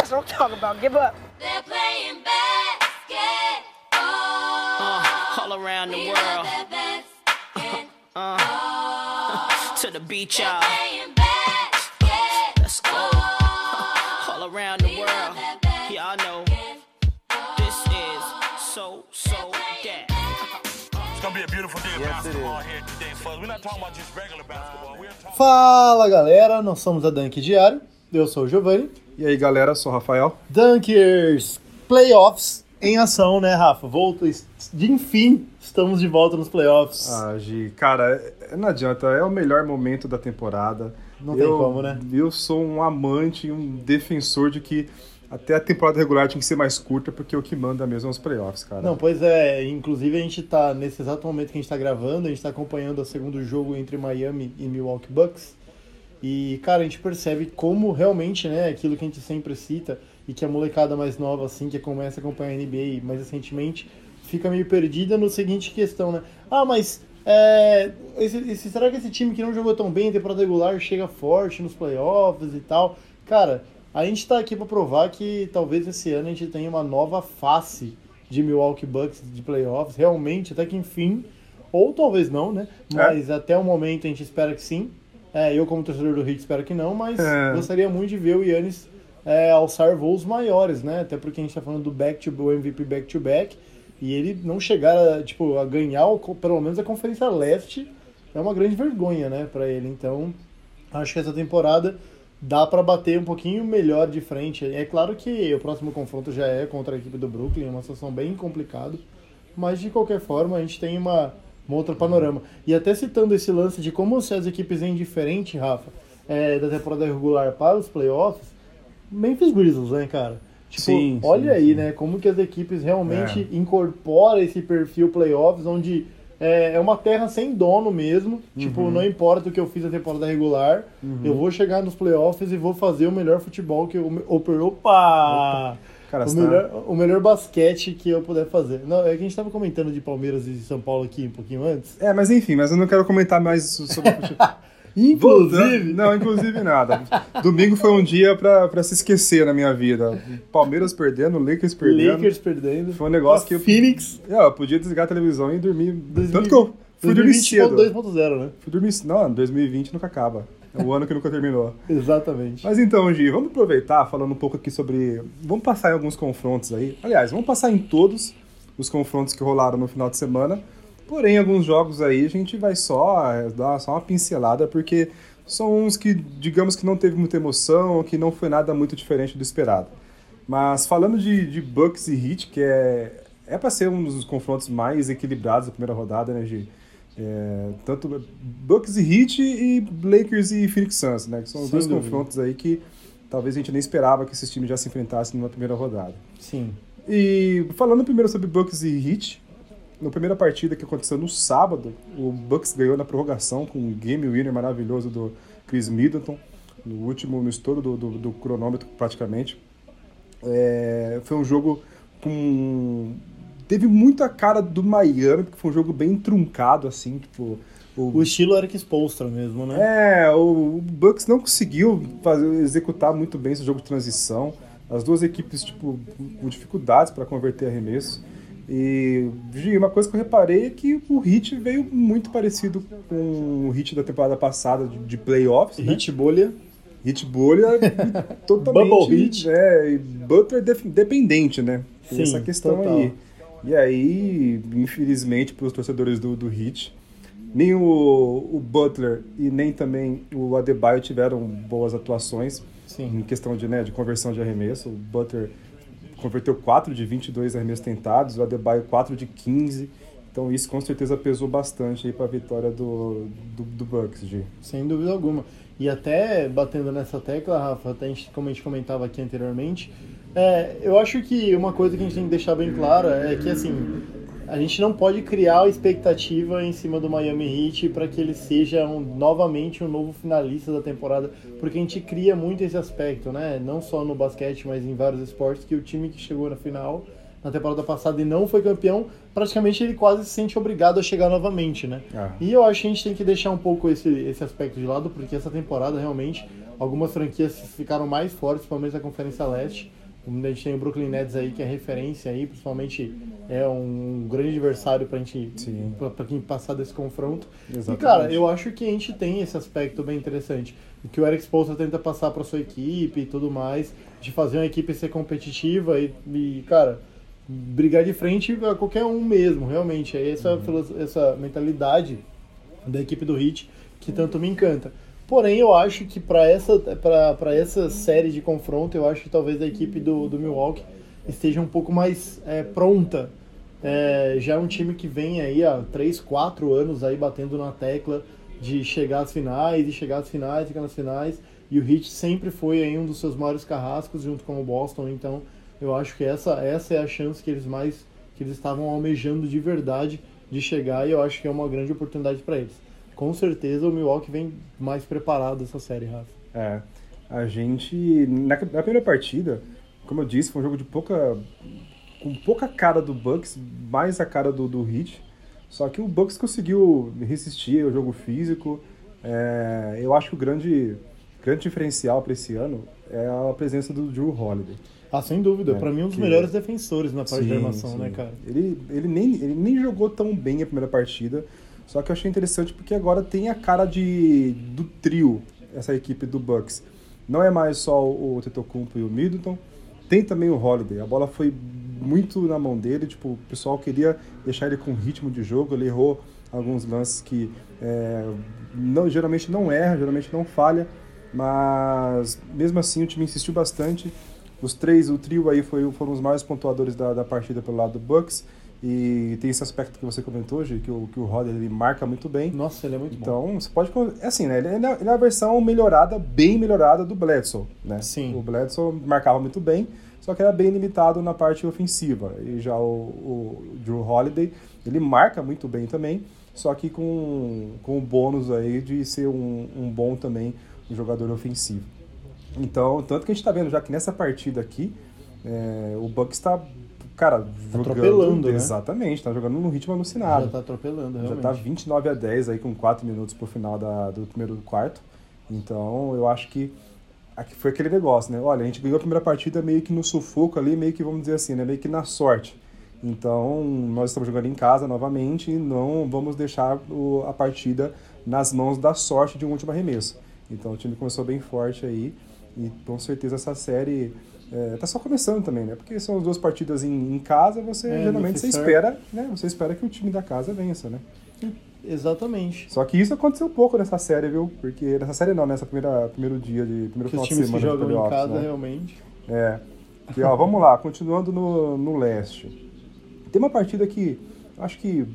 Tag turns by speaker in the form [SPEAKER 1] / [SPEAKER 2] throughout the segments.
[SPEAKER 1] That's what I'm talking about. Give up.
[SPEAKER 2] They're playing basketball.
[SPEAKER 3] All around the
[SPEAKER 2] We
[SPEAKER 3] world.
[SPEAKER 2] love that basketball.
[SPEAKER 3] To the beach, y'all.
[SPEAKER 2] Playing basketball.
[SPEAKER 3] Let's go. All around the world. Y'all know. This is so that.
[SPEAKER 4] It's gonna be a beautiful day of basketball here today, folks. We're not talking about just regular basketball. We're talking
[SPEAKER 5] Fala galera, nós somos a Dunk Diário, eu sou o Giovanni.
[SPEAKER 6] E aí galera, sou o Rafael.
[SPEAKER 5] Dunkers, playoffs em ação, né, Rafa? Enfim, estamos de volta nos playoffs.
[SPEAKER 6] Gi, cara, não adianta, é o melhor momento da temporada.
[SPEAKER 5] Não tem como, né?
[SPEAKER 6] Eu sou um amante e um defensor de que até a temporada regular tinha que ser mais curta, porque o que manda mesmo é os playoffs, cara.
[SPEAKER 5] Não, pois é, inclusive a gente tá, nesse exato momento que a gente tá gravando, a gente tá acompanhando o segundo jogo entre Miami e Milwaukee Bucks. E, cara, a gente percebe como realmente, né, aquilo que a gente sempre cita, e que a molecada mais nova, assim, que começa a acompanhar a NBA mais recentemente, fica meio perdida no seguinte questão, né? Mas será que esse time que não jogou tão bem em temporada regular chega forte nos playoffs e tal? Cara, a gente tá aqui pra provar que talvez esse ano a gente tenha uma nova face de Milwaukee Bucks de playoffs, realmente, até que enfim, ou talvez não, né? Mas até o momento a gente espera que sim. Eu como torcedor do Heat espero que não, mas gostaria muito de ver o Giannis alçar voos maiores, né? Até porque a gente tá falando do MVP back-to-back, e ele não chegar a ganhar pelo menos a Conferência Leste é uma grande vergonha, né, pra ele. Então, acho que essa temporada dá pra bater um pouquinho melhor de frente. É claro que o próximo confronto já é contra a equipe do Brooklyn, é uma situação bem complicada, mas de qualquer forma a gente tem uma outro panorama. E até citando esse lance de como se as equipes vêm diferente, Rafa, da temporada regular para os playoffs, Memphis Grizzlies, né, cara? Olha aí, né, como que as equipes realmente incorporam esse perfil playoffs, onde é uma terra sem dono mesmo, não importa o que eu fiz na temporada regular, eu vou chegar nos playoffs e vou fazer o melhor futebol que
[SPEAKER 6] Cara,
[SPEAKER 5] o melhor basquete que eu puder fazer. Não, é que a gente tava comentando de Palmeiras e São Paulo aqui um pouquinho antes.
[SPEAKER 6] Mas enfim, eu não quero comentar mais sobre o futebol.
[SPEAKER 5] Inclusive?
[SPEAKER 6] Não, inclusive nada. Domingo foi um dia pra se esquecer na minha vida. Palmeiras perdendo, Lakers perdendo. Foi um negócio que
[SPEAKER 5] Phoenix.
[SPEAKER 6] Eu podia desligar a televisão e dormir. Tanto que eu fui dormir cedo.
[SPEAKER 5] 2.0, né?
[SPEAKER 6] Fui dormir. Não, 2020 nunca acaba. É o ano que nunca terminou.
[SPEAKER 5] Exatamente.
[SPEAKER 6] Mas então, Gi, vamos aproveitar falando um pouco aqui sobre... Vamos passar em alguns confrontos aí. Aliás, vamos passar em todos os confrontos que rolaram no final de semana. Porém, alguns jogos aí a gente vai só dar uma pincelada, porque são uns que, digamos que não teve muita emoção, que não foi nada muito diferente do esperado. Mas falando de Bucks e Heat, que é para ser um dos confrontos mais equilibrados da primeira rodada, né, Gi? Tanto Bucks e Heat e Lakers e Phoenix Suns, né? Que são os dois confrontos aí que talvez a gente nem esperava que esses times já se enfrentassem numa primeira rodada.
[SPEAKER 5] Sim.
[SPEAKER 6] E falando primeiro sobre Bucks e Heat, na primeira partida que aconteceu no sábado, o Bucks ganhou na prorrogação com um game winner maravilhoso do Chris Middleton, no estouro do cronômetro praticamente. Foi um jogo teve muita cara do Miami, porque foi um jogo bem truncado, assim,
[SPEAKER 5] o estilo Eric Spoelstra mesmo, né?
[SPEAKER 6] O Bucks não conseguiu executar muito bem esse jogo de transição. As duas equipes, com dificuldades para converter arremesso. E uma coisa que eu reparei é que o Heat veio muito parecido com o Heat da temporada passada de playoffs, né?
[SPEAKER 5] Heat bolha
[SPEAKER 6] totalmente.
[SPEAKER 5] Bubble Heat.
[SPEAKER 6] E Butler dependente, né? Tem essa questão
[SPEAKER 5] total.
[SPEAKER 6] aí. E aí, infelizmente, para os torcedores do Heat, nem o Butler e nem também o Adebayo tiveram boas atuações.
[SPEAKER 5] Sim.
[SPEAKER 6] Em questão de conversão de arremesso. O Butler converteu 4 de 22 arremessos tentados, o Adebayo 4 de 15. Então isso com certeza pesou bastante para a vitória do Bucks, G.
[SPEAKER 5] Sem dúvida alguma. E até batendo nessa tecla, Rafa, até como a gente comentava aqui anteriormente, eu acho que uma coisa que a gente tem que deixar bem clara é que, assim, a gente não pode criar expectativa em cima do Miami Heat para que ele seja novamente um novo finalista da temporada, porque a gente cria muito esse aspecto, né? Não só no basquete, mas em vários esportes, que o time que chegou na final na temporada passada e não foi campeão, praticamente ele quase se sente obrigado a chegar novamente, né? E eu acho que a gente tem que deixar um pouco esse aspecto de lado, porque essa temporada realmente algumas franquias ficaram mais fortes, principalmente na Conferência Leste. A gente tem o Brooklyn Nets aí, que é referência aí, principalmente é um grande adversário pra gente, pra quem passar desse confronto.
[SPEAKER 6] Exatamente.
[SPEAKER 5] E, cara, eu acho que a gente tem esse aspecto bem interessante, que o Eric Spoelstra tenta passar pra sua equipe e tudo mais, de fazer uma equipe ser competitiva e cara, brigar de frente a qualquer um mesmo, realmente. É essa mentalidade da equipe do Heat que tanto me encanta. Porém, eu acho que para essa série de confronto, eu acho que talvez a equipe do Milwaukee esteja um pouco mais pronta. Já é um time que vem aí há 3, 4 anos aí batendo na tecla de chegar às finais, chegar nas finais, e o Heat sempre foi aí um dos seus maiores carrascos junto com o Boston, então eu acho que essa é a chance que eles estavam almejando de verdade de chegar, e eu acho que é uma grande oportunidade para eles. Com certeza o Milwaukee vem mais preparado essa série, Rafa.
[SPEAKER 6] A gente, na primeira partida, como eu disse, foi um jogo com pouca cara do Bucks, mais a cara do Heat, só que o Bucks conseguiu resistir ao jogo físico. Eu acho que o grande diferencial para esse ano é a presença do Jrue Holiday.
[SPEAKER 5] Sem dúvida, para mim um dos melhores defensores na parte de armação, né, cara?
[SPEAKER 6] Ele nem jogou tão bem a primeira partida, só que eu achei interessante porque agora tem a cara do trio, essa equipe do Bucks. Não é mais só o Antetokounmpo e o Middleton, tem também o Holiday. A bola foi muito na mão dele, tipo, o pessoal queria deixar ele com ritmo de jogo, ele errou alguns lances que geralmente não erra, geralmente não falha, mas mesmo assim o time insistiu bastante. O trio aí foram os maiores pontuadores da partida pelo lado do Bucks. E tem esse aspecto que você comentou, Gi, que o Holiday ele marca muito bem.
[SPEAKER 5] Nossa, ele é muito bom.
[SPEAKER 6] Então, você pode... É assim, né? Ele é a versão bem melhorada do Bledsoe, né?
[SPEAKER 5] Sim.
[SPEAKER 6] O Bledsoe marcava muito bem, só que era bem limitado na parte ofensiva. E já o Jrue Holiday, ele marca muito bem também, só que com o bônus aí de ser um bom também jogador ofensivo. Então, tanto que a gente tá vendo já que nessa partida aqui, o Bucks tá... Cara, jogando...
[SPEAKER 5] Atropelando, né?
[SPEAKER 6] Exatamente, tá jogando num ritmo alucinado.
[SPEAKER 5] Já tá atropelando, realmente.
[SPEAKER 6] Já tá 29-10 aí com 4 minutos pro final do primeiro quarto. Então, eu acho que foi aquele negócio, né? Olha, a gente ganhou a primeira partida meio que no sufoco ali, meio que, vamos dizer assim, né? Meio que na sorte. Então, nós estamos jogando em casa novamente e não vamos deixar a partida nas mãos da sorte de um último arremesso. Então, o time começou bem forte aí e, com certeza, essa série... tá só começando também, né? Porque são as 2 partidas em casa, geralmente você espera, né? Você espera que o time da casa vença, né?
[SPEAKER 5] Exatamente.
[SPEAKER 6] Só que isso aconteceu pouco nessa série, viu? Porque nessa série não, primeiro dia primeiro final de semana.
[SPEAKER 5] Os times que jogam
[SPEAKER 6] playoffs,
[SPEAKER 5] em casa,
[SPEAKER 6] né?
[SPEAKER 5] realmente.
[SPEAKER 6] Porque, vamos lá, continuando no leste. Tem uma partida que acho que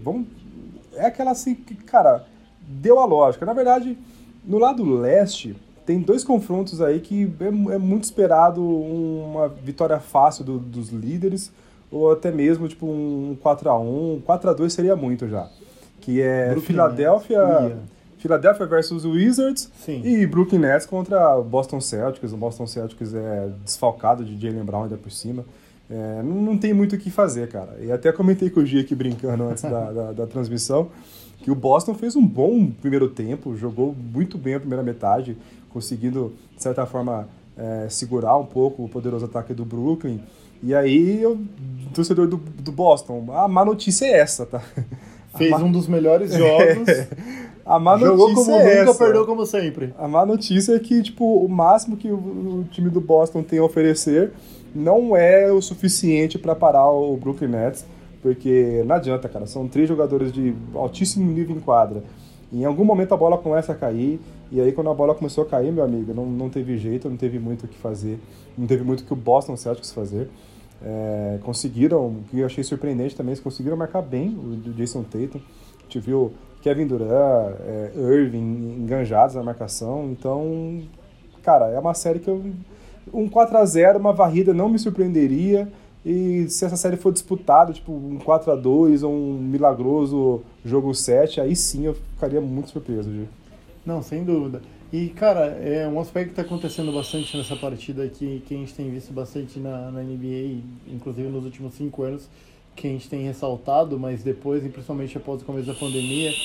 [SPEAKER 6] é aquela assim que, cara, deu a lógica. Na verdade, no lado leste, tem 2 confrontos aí que é muito esperado uma vitória fácil dos líderes, ou até mesmo tipo um 4-1, 4-2 seria muito já. Que é Philadelphia versus Wizards.
[SPEAKER 5] Sim.
[SPEAKER 6] E Brooklyn Nets contra o Boston Celtics. O Boston Celtics é desfalcado de Jaylen Brown ainda por cima. Não tem muito o que fazer, cara. E até comentei com o Gia aqui brincando antes da transmissão, que o Boston fez um bom primeiro tempo, jogou muito bem a primeira metade, conseguindo, de certa forma, segurar um pouco o poderoso ataque do Brooklyn. E aí, o torcedor do Boston, a má notícia é essa, tá?
[SPEAKER 5] Fez um dos melhores jogos.
[SPEAKER 6] A má
[SPEAKER 5] jogou
[SPEAKER 6] notícia
[SPEAKER 5] como
[SPEAKER 6] é
[SPEAKER 5] nunca,
[SPEAKER 6] essa.
[SPEAKER 5] perdeu como sempre.
[SPEAKER 6] A má notícia é que, tipo, o máximo que o time do Boston tem a oferecer não é o suficiente para parar o Brooklyn Nets, porque não adianta, cara. São 3 jogadores de altíssimo nível em quadra. Em algum momento a bola começa a cair, e aí quando a bola começou a cair, meu amigo, não teve jeito, não teve muito o que fazer, não teve muito o que o Boston Celtics fazer. Conseguiram, o que eu achei surpreendente também, eles conseguiram marcar bem o Jason Tatum. A gente viu Kevin Durant, Irving enganjados na marcação. Então, cara, é uma série que um 4-0, uma varrida não me surpreenderia. E se essa série for disputada, tipo um 4-2 ou um milagroso jogo 7, aí sim eu ficaria muito surpreso, Gil.
[SPEAKER 5] Não, sem dúvida. E, cara, é um aspecto que está acontecendo bastante nessa partida que a gente tem visto bastante na NBA, inclusive nos últimos 5 anos, que a gente tem ressaltado, mas depois, e principalmente após o começo da pandemia,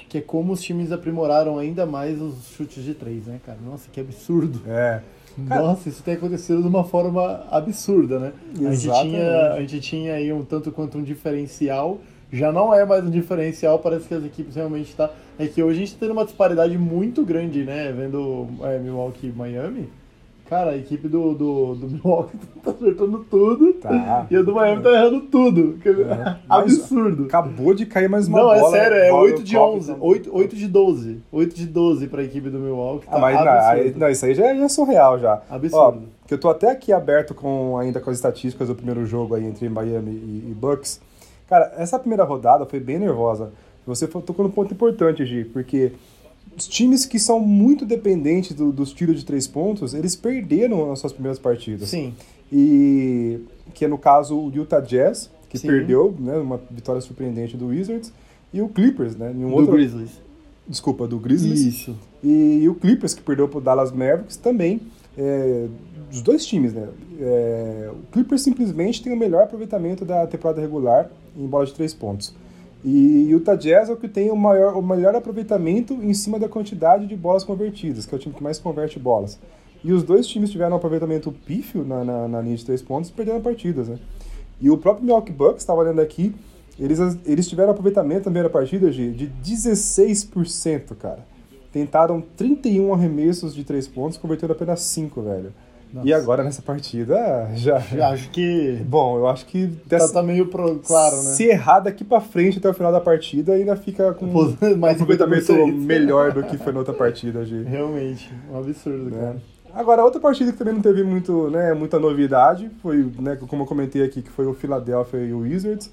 [SPEAKER 5] que é como os times aprimoraram ainda mais os chutes de 3, né, cara? Nossa, que absurdo.
[SPEAKER 6] É. Cara,
[SPEAKER 5] Nossa, isso tem acontecido de uma forma absurda, né?
[SPEAKER 6] Exatamente.
[SPEAKER 5] A gente tinha aí um tanto quanto um diferencial, já não é mais um diferencial, parece que as equipes realmente tá... É que hoje a gente tá tendo uma disparidade muito grande, né? Vendo Milwaukee e Miami, cara, a equipe do Milwaukee tá acertando tudo,
[SPEAKER 6] Tá.
[SPEAKER 5] e a do Miami tá errando tudo. Absurdo.
[SPEAKER 6] acabou de cair mais uma
[SPEAKER 5] Não,
[SPEAKER 6] bola.
[SPEAKER 5] é sério, é
[SPEAKER 6] bola
[SPEAKER 5] 8
[SPEAKER 6] no
[SPEAKER 5] de
[SPEAKER 6] copo,
[SPEAKER 5] 11,
[SPEAKER 6] então.
[SPEAKER 5] 8 de 12. 8 de 12 pra equipe do Milwaukee, tá
[SPEAKER 6] Mas
[SPEAKER 5] absurdo.
[SPEAKER 6] não, isso aí já é surreal já.
[SPEAKER 5] Absurdo.
[SPEAKER 6] Ó, que eu tô até aqui aberto ainda com as estatísticas do primeiro jogo aí entre Miami e Bucks. Cara, essa primeira rodada foi bem nervosa. Você tocou num ponto importante, Gi, porque os times que são muito dependentes dos tiros de 3 pontos, eles perderam as suas primeiras partidas.
[SPEAKER 5] Sim.
[SPEAKER 6] E que é no caso o Utah Jazz, que
[SPEAKER 5] Sim.
[SPEAKER 6] perdeu, né, uma vitória surpreendente do Wizards, e o Clippers, né, em um
[SPEAKER 5] Do
[SPEAKER 6] outro...
[SPEAKER 5] Grizzlies.
[SPEAKER 6] Desculpa, do Grizzlies.
[SPEAKER 5] Isso.
[SPEAKER 6] E o Clippers, que perdeu pro Dallas Mavericks, também, dos dois times, né? O Clippers simplesmente tem o melhor aproveitamento da temporada regular em bola de 3 pontos. E o Utah Jazz é o que tem o melhor aproveitamento em cima da quantidade de bolas convertidas, que é o time que mais converte bolas. E os dois times tiveram um aproveitamento pífio na linha de 3 pontos e perderam partidas, né? E o próprio Milwaukee Bucks, estava olhando aqui, eles tiveram aproveitamento na primeira partida, Gi, de 16%, cara. Tentaram 31 arremessos de 3 pontos, converteram apenas 5, velho.
[SPEAKER 5] Nossa.
[SPEAKER 6] E agora nessa partida já...
[SPEAKER 5] Acho que
[SPEAKER 6] Bom, eu acho que
[SPEAKER 5] tá meio claro, né?
[SPEAKER 6] se errar daqui pra frente até o final da partida, ainda fica com
[SPEAKER 5] Mais
[SPEAKER 6] um aproveitamento
[SPEAKER 5] 50%.
[SPEAKER 6] melhor do que foi na outra partida, Gi.
[SPEAKER 5] Realmente, um absurdo,
[SPEAKER 6] Né?
[SPEAKER 5] cara.
[SPEAKER 6] Agora, outra partida que também não teve muita novidade, foi, né, como eu comentei aqui, que foi o Philadelphia e o Wizards.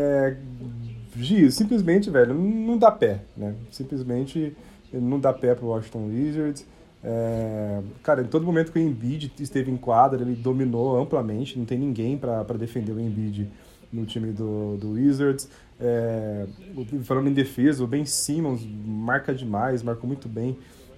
[SPEAKER 6] Gi, simplesmente, velho, não dá pé, né? Simplesmente não dá pé pro Washington Wizards. Cara, em todo momento que o Embiid esteve em quadra, ele dominou amplamente, não tem ninguém para defender o Embiid no time do Wizards. Falando em defesa, o Ben Simmons marca demais, marcou muito bem.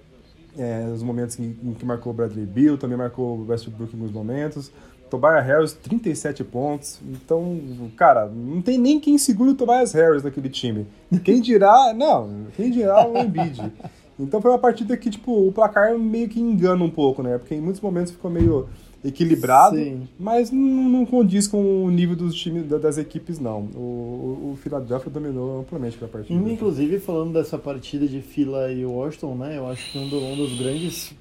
[SPEAKER 6] Os momentos em que marcou o Bradley Beal, também marcou o Westbrook em alguns momentos. Tobias Harris, 37 pontos. Então, cara, não tem nem quem segure o Tobias Harris naquele time. Quem dirá o Embiid. Então foi uma partida que, tipo, o placar meio que engana um pouco, né? Porque em muitos momentos ficou meio equilibrado,
[SPEAKER 5] Sim.
[SPEAKER 6] mas não condiz com o nível dos times, das equipes, não. O Philadelphia dominou amplamente aquela partida.
[SPEAKER 5] Inclusive, falando dessa partida de Phila e Washington, né? Eu acho que um dos grandes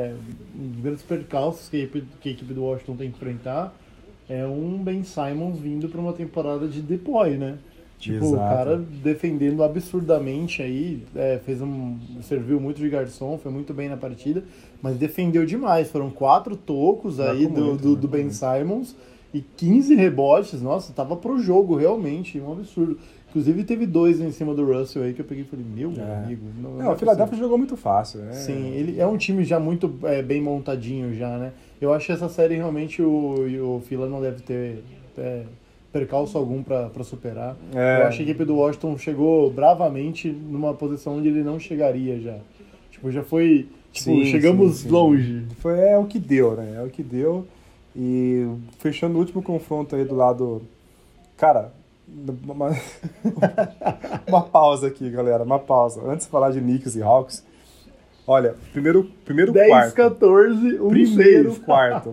[SPEAKER 5] percalços que a equipe do Washington tem que enfrentar é um Ben Simmons vindo para uma temporada de deploy, né? Tipo,
[SPEAKER 6] Exato.
[SPEAKER 5] o cara defendendo absurdamente aí, serviu muito de garçom, foi muito bem na partida, mas defendeu demais. Foram 4 tocos aí do Ben Simmons e 15 rebotes. Nossa, tava pro jogo, realmente, um absurdo. Inclusive teve 2 em cima do Russell aí que eu peguei e falei, meu amigo.
[SPEAKER 6] Não, o Philadelphia jogou muito fácil.
[SPEAKER 5] Sim, ele é um time já muito bem montadinho já, né? Eu acho que essa série realmente o Phila não deve ter percalço algum pra superar. Eu acho que a equipe do Washington chegou bravamente numa posição onde ele não chegaria já. Tipo, já foi... Tipo,
[SPEAKER 6] Sim,
[SPEAKER 5] chegamos
[SPEAKER 6] sim.
[SPEAKER 5] longe.
[SPEAKER 6] É o que deu, né? É o que deu. E fechando o último confronto aí do lado... Cara, uma pausa aqui, galera. Uma pausa. Antes de falar de Knicks e Hawks, olha, primeiro
[SPEAKER 5] 10,
[SPEAKER 6] quarto.
[SPEAKER 5] 14, 1,
[SPEAKER 6] Primeiro
[SPEAKER 5] 6.
[SPEAKER 6] quarto.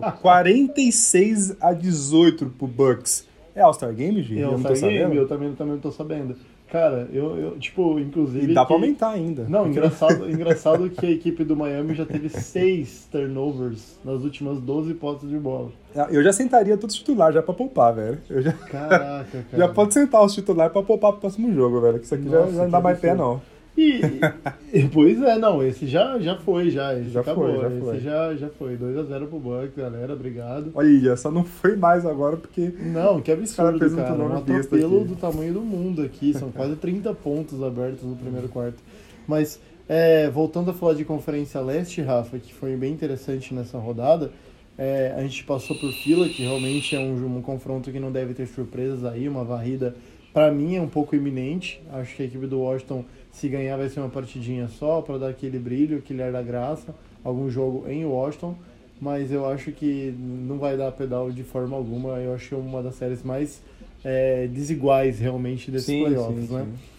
[SPEAKER 6] 46-18 pro Bucks. É All-Star Game, Gi?
[SPEAKER 5] Eu
[SPEAKER 6] não tô sabendo.
[SPEAKER 5] Eu também não tô sabendo. Cara, eu tipo, inclusive...
[SPEAKER 6] E dá pra aumentar ainda.
[SPEAKER 5] Não, engraçado que a equipe do Miami já teve 6 turnovers nas últimas 12 posses de bola.
[SPEAKER 6] Eu já sentaria todos os titulares já pra poupar, velho.
[SPEAKER 5] Caraca, cara.
[SPEAKER 6] Já pode sentar os titulares pra poupar pro próximo jogo, velho. Que isso aqui
[SPEAKER 5] Nossa,
[SPEAKER 6] já não dá
[SPEAKER 5] que
[SPEAKER 6] mais pé,
[SPEAKER 5] absurdo.
[SPEAKER 6] não.
[SPEAKER 5] Pois não, esse já foi, esse
[SPEAKER 6] Já
[SPEAKER 5] acabou.
[SPEAKER 6] foi.
[SPEAKER 5] Esse já foi. 2-0 pro Bucks, galera, obrigado.
[SPEAKER 6] Olha, só não foi mais agora porque...
[SPEAKER 5] Não, que absurdo,
[SPEAKER 6] fez um
[SPEAKER 5] cara. Um
[SPEAKER 6] turnover besta
[SPEAKER 5] atropelo
[SPEAKER 6] aqui.
[SPEAKER 5] do tamanho do mundo aqui. São quase 30 pontos abertos no primeiro quarto. Mas, voltando a falar de Conferência Leste, Rafa, que foi bem interessante nessa rodada, a gente passou por Fila, que realmente é um confronto que não deve ter surpresas aí, uma varrida, pra mim, é um pouco iminente. Acho que a equipe do Washington, se ganhar, vai ser uma partidinha só, pra dar aquele brilho, aquele ar da graça, algum jogo em Washington. Mas eu acho que não vai dar pedal de forma alguma. Eu acho que é uma das séries mais desiguais, realmente, desses playoffs, né?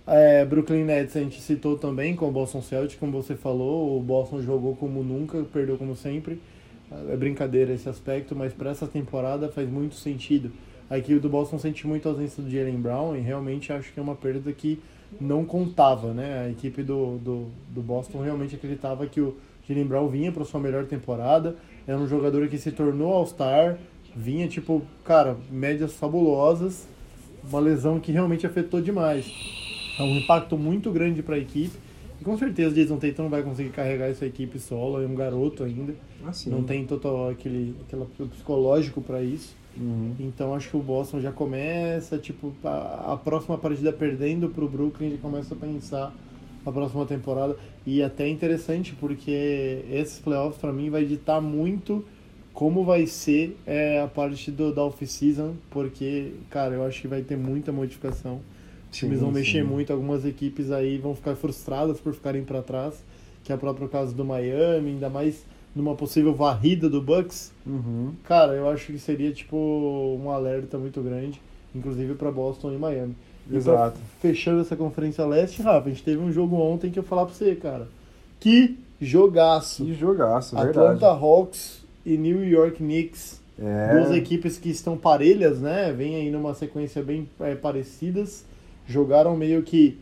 [SPEAKER 5] Brooklyn Nets a gente citou também com o Boston Celtics, como você falou, o Boston jogou como nunca, perdeu como sempre. É brincadeira esse aspecto, mas para essa temporada faz muito sentido. A equipe do Boston sente muito a ausência do Jaylen Brown e realmente acho que é uma perda que não contava, né? A equipe do Boston realmente acreditava que o Jaylen Brown vinha para sua melhor temporada, era um jogador que se tornou All-Star, vinha tipo, cara, médias fabulosas, uma lesão que realmente afetou demais. É um impacto muito grande para a equipe. E com certeza o Jason Tatum não vai conseguir carregar essa equipe solo, é um garoto ainda.
[SPEAKER 6] Assim.
[SPEAKER 5] Não tem total aquele psicológico para isso.
[SPEAKER 6] Uhum.
[SPEAKER 5] Então acho que o Boston já começa, tipo, a próxima partida perdendo pro Brooklyn, já começa a pensar a próxima temporada. E até é interessante, porque esses playoffs para mim vai ditar muito como vai ser a parte da off-season, porque, cara, eu acho que vai ter muita modificação. Os times vão mexer muito, algumas equipes aí vão ficar frustradas por ficarem para trás, que é o próprio caso do Miami, ainda mais numa possível varrida do Bucks.
[SPEAKER 6] Uhum.
[SPEAKER 5] Cara, eu acho que seria tipo um alerta muito grande, inclusive para Boston e Miami.
[SPEAKER 6] Exato.
[SPEAKER 5] E fechando essa Conferência Leste, Rafa, a gente teve um jogo ontem que eu falar para você, cara. Que jogaço!
[SPEAKER 6] Que jogaço,
[SPEAKER 5] Atlanta
[SPEAKER 6] verdade.
[SPEAKER 5] Hawks e New York Knicks.
[SPEAKER 6] É.
[SPEAKER 5] Duas equipes que estão parelhas, né? Vem aí numa sequência bem parecidas. Jogaram meio que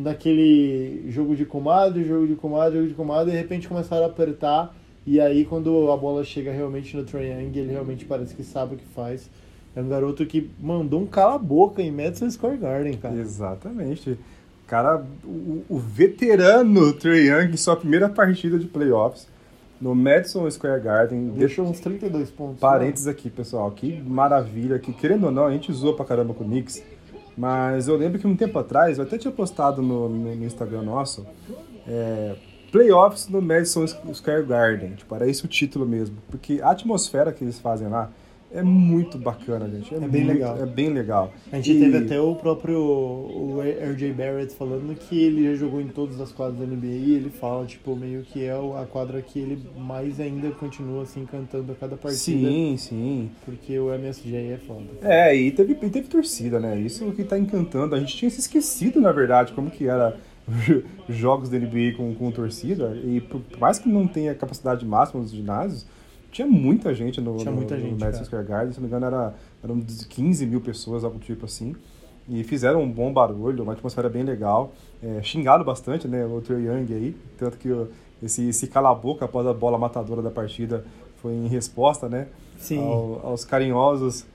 [SPEAKER 5] naquele jogo de comadre, e de repente começaram a apertar. E aí, quando a bola chega realmente no Trae Young, ele realmente parece que sabe o que faz. É um garoto que mandou um cala-boca em Madison Square Garden, cara.
[SPEAKER 6] Exatamente. Cara, o veterano Trae Young, sua primeira partida de playoffs no Madison Square Garden.
[SPEAKER 5] Deixou uns 32 pontos.
[SPEAKER 6] Parênteses aqui, pessoal. Que maravilha. Que, querendo ou não, a gente zoou pra caramba com o Knicks. Mas eu lembro que um tempo atrás, eu até tinha postado no Instagram nosso, Playoffs no Madison Square Garden. Tipo, era esse o título mesmo. Porque a atmosfera que eles fazem lá é muito bacana, gente.
[SPEAKER 5] É bem legal.
[SPEAKER 6] É bem legal.
[SPEAKER 5] A gente teve até o próprio o RJ Barrett falando que ele já jogou em todas as quadras da NBA e ele fala, tipo, meio que é a quadra que ele mais ainda continua, assim, cantando a cada partida.
[SPEAKER 6] Sim, sim.
[SPEAKER 5] Porque o MSG é foda.
[SPEAKER 6] E teve torcida, né? Isso que tá encantando. A gente tinha se esquecido, na verdade, como que era jogos da NBA com torcida. E por mais que não tenha capacidade máxima nos ginásios, tinha muita gente no Madison Square Garden. Se não me engano, eram 15 mil pessoas, algo tipo assim. E fizeram um bom barulho, uma atmosfera bem legal. Xingaram bastante, né, o Trae Young aí. Tanto que esse cala-boca após a bola matadora da partida foi em resposta, né?
[SPEAKER 5] Sim.
[SPEAKER 6] Aos carinhosos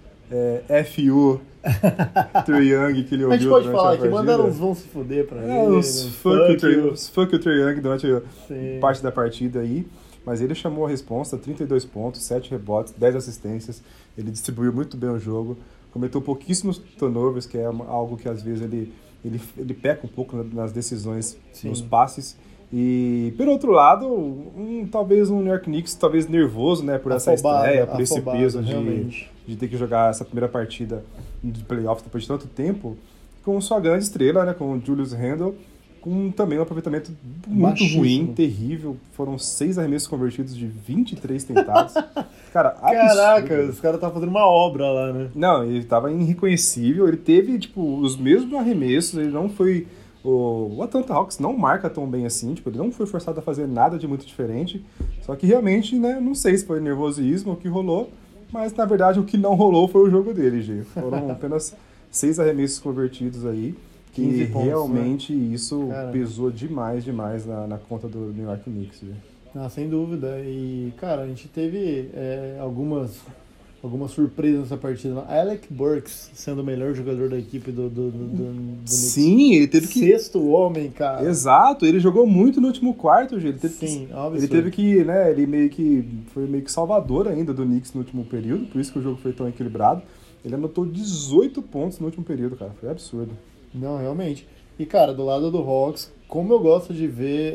[SPEAKER 6] F.U. Trae Young que ele ouviu.
[SPEAKER 5] A gente pode
[SPEAKER 6] durante
[SPEAKER 5] falar
[SPEAKER 6] a
[SPEAKER 5] que
[SPEAKER 6] partida.
[SPEAKER 5] mandaram uns vão se fuder pra ele.
[SPEAKER 6] Os fuck o Trae Young durante parte da partida aí. Mas ele chamou a responsa, 32 pontos, 7 rebotes, 10 assistências. Ele distribuiu muito bem o jogo. Cometeu pouquíssimos turnovers, que é algo que às vezes ele peca um pouco nas decisões, nos passes. E, pelo outro lado, talvez um New York Knicks talvez nervoso, né, por essa estreia, por esse peso de ter que jogar essa primeira partida de playoffs depois de tanto tempo, com sua grande estrela, né, com o Julius Randle, com também um aproveitamento muito
[SPEAKER 5] baixíssimo.
[SPEAKER 6] ruim, terrível. Foram 6 arremessos convertidos de 23 tentados. Cara,
[SPEAKER 5] Caraca,
[SPEAKER 6] absurdo.
[SPEAKER 5] os caras estavam fazendo uma obra lá, né?
[SPEAKER 6] Não, ele tava irreconhecível. Ele teve, tipo, os mesmos arremessos. Ele não foi... O Atlanta Hawks não marca tão bem assim. Tipo, ele não foi forçado a fazer nada de muito diferente. Só que realmente, né, não sei se foi nervosismo o que rolou. Mas, na verdade, o que não rolou foi o jogo dele, Gê. Foram apenas 6 arremessos convertidos aí. Que
[SPEAKER 5] 15 pontos,
[SPEAKER 6] realmente isso
[SPEAKER 5] Cara.
[SPEAKER 6] pesou demais na conta do New York Knicks. Viu?
[SPEAKER 5] Ah, sem dúvida. E, cara, a gente teve algumas surpresas nessa partida. Alec Burks sendo o melhor jogador da equipe do Knicks.
[SPEAKER 6] Sim, ele teve que...
[SPEAKER 5] Sexto homem, cara.
[SPEAKER 6] Exato, ele jogou muito no último quarto, Gê.
[SPEAKER 5] Absurdo.
[SPEAKER 6] Ele teve que, né, foi meio que salvador ainda do Knicks no último período, por isso que o jogo foi tão equilibrado. Ele anotou 18 pontos no último período, cara. Foi absurdo.
[SPEAKER 5] Não, realmente. E, cara, do lado do Hawks, como eu gosto de ver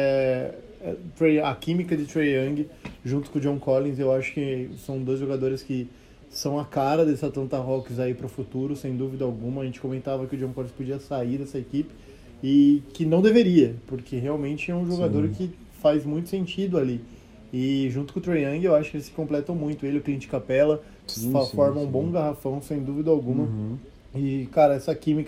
[SPEAKER 5] a química de Trae Young junto com o John Collins, eu acho que são dois jogadores que são a cara desse Atlanta Hawks aí pro futuro, sem dúvida alguma. A gente comentava que o John Collins podia sair dessa equipe e que não deveria, porque realmente é um jogador que faz muito sentido ali. E junto com o Trae Young, eu acho que eles se completam muito. Ele e o Clint Capela formam um bom garrafão, sem dúvida alguma. E, cara, essa química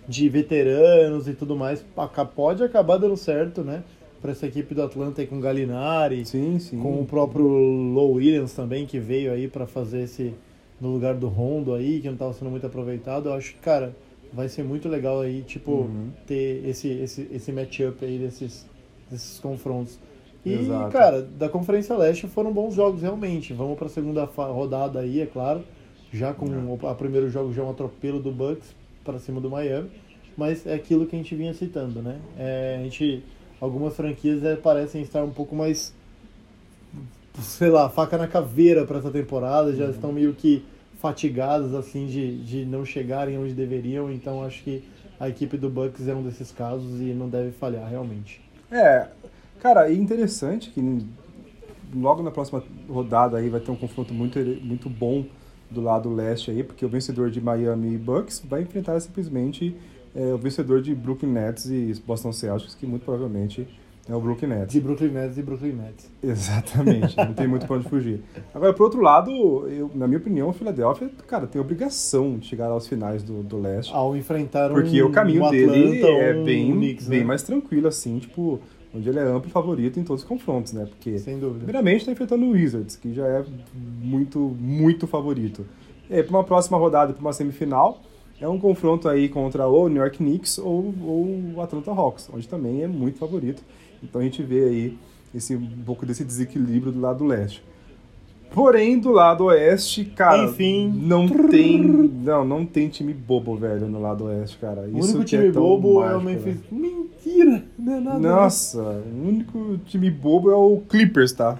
[SPEAKER 5] de veteranos e tudo mais, pode acabar dando certo, né? Para essa equipe do Atlanta aí com o Gallinari,
[SPEAKER 6] Sim, sim.
[SPEAKER 5] com o próprio Low Williams também, que veio aí para fazer esse no lugar do Rondo aí, que não estava sendo muito aproveitado. Eu acho que, cara, vai ser muito legal aí, tipo, ter esse matchup aí desses confrontos. E,
[SPEAKER 6] Exato.
[SPEAKER 5] cara, da Conferência Leste foram bons jogos, realmente. Vamos para a segunda rodada aí, é claro. Já com o primeiro jogo já é um atropelo do Bucks para cima do Miami. Mas é aquilo que a gente vinha citando, né? Algumas franquias parecem estar um pouco mais, sei lá, faca na caveira para essa temporada. Já estão meio que fatigadas, assim, de não chegarem onde deveriam. Então, acho que a equipe do Bucks é um desses casos e não deve falhar, realmente.
[SPEAKER 6] Cara, é interessante que logo na próxima rodada aí vai ter um confronto muito, muito bom do lado leste aí, porque o vencedor de Miami Bucks vai enfrentar simplesmente o vencedor de Brooklyn Nets e Boston Celtics, que muito provavelmente é o Brooklyn Nets.
[SPEAKER 5] De Brooklyn Nets e Brooklyn Nets.
[SPEAKER 6] Exatamente, não tem muito pra onde fugir. Agora, por outro lado, na minha opinião, o Philadelphia, cara, tem obrigação de chegar aos finais do leste.
[SPEAKER 5] Ao enfrentar
[SPEAKER 6] porque o caminho dele
[SPEAKER 5] Atlanta,
[SPEAKER 6] é
[SPEAKER 5] bem
[SPEAKER 6] bem mais tranquilo, assim, tipo, onde ele é amplo favorito em todos os confrontos, né? Porque,
[SPEAKER 5] sem dúvida,
[SPEAKER 6] primeiramente, tá enfrentando o Wizards, que já é muito, muito favorito. E aí, pra uma próxima rodada, pra uma semifinal, é um confronto aí contra o New York Knicks ou o Atlanta Hawks, onde também é muito favorito. Então a gente vê aí um pouco desse desequilíbrio do lado leste. Porém, do lado oeste, cara,
[SPEAKER 5] enfim,
[SPEAKER 6] não tem time bobo, velho, no lado oeste, cara.
[SPEAKER 5] O único time bobo é o Memphis. Mentira, não é nada.
[SPEAKER 6] Nossa, o único time bobo é o Clippers, tá?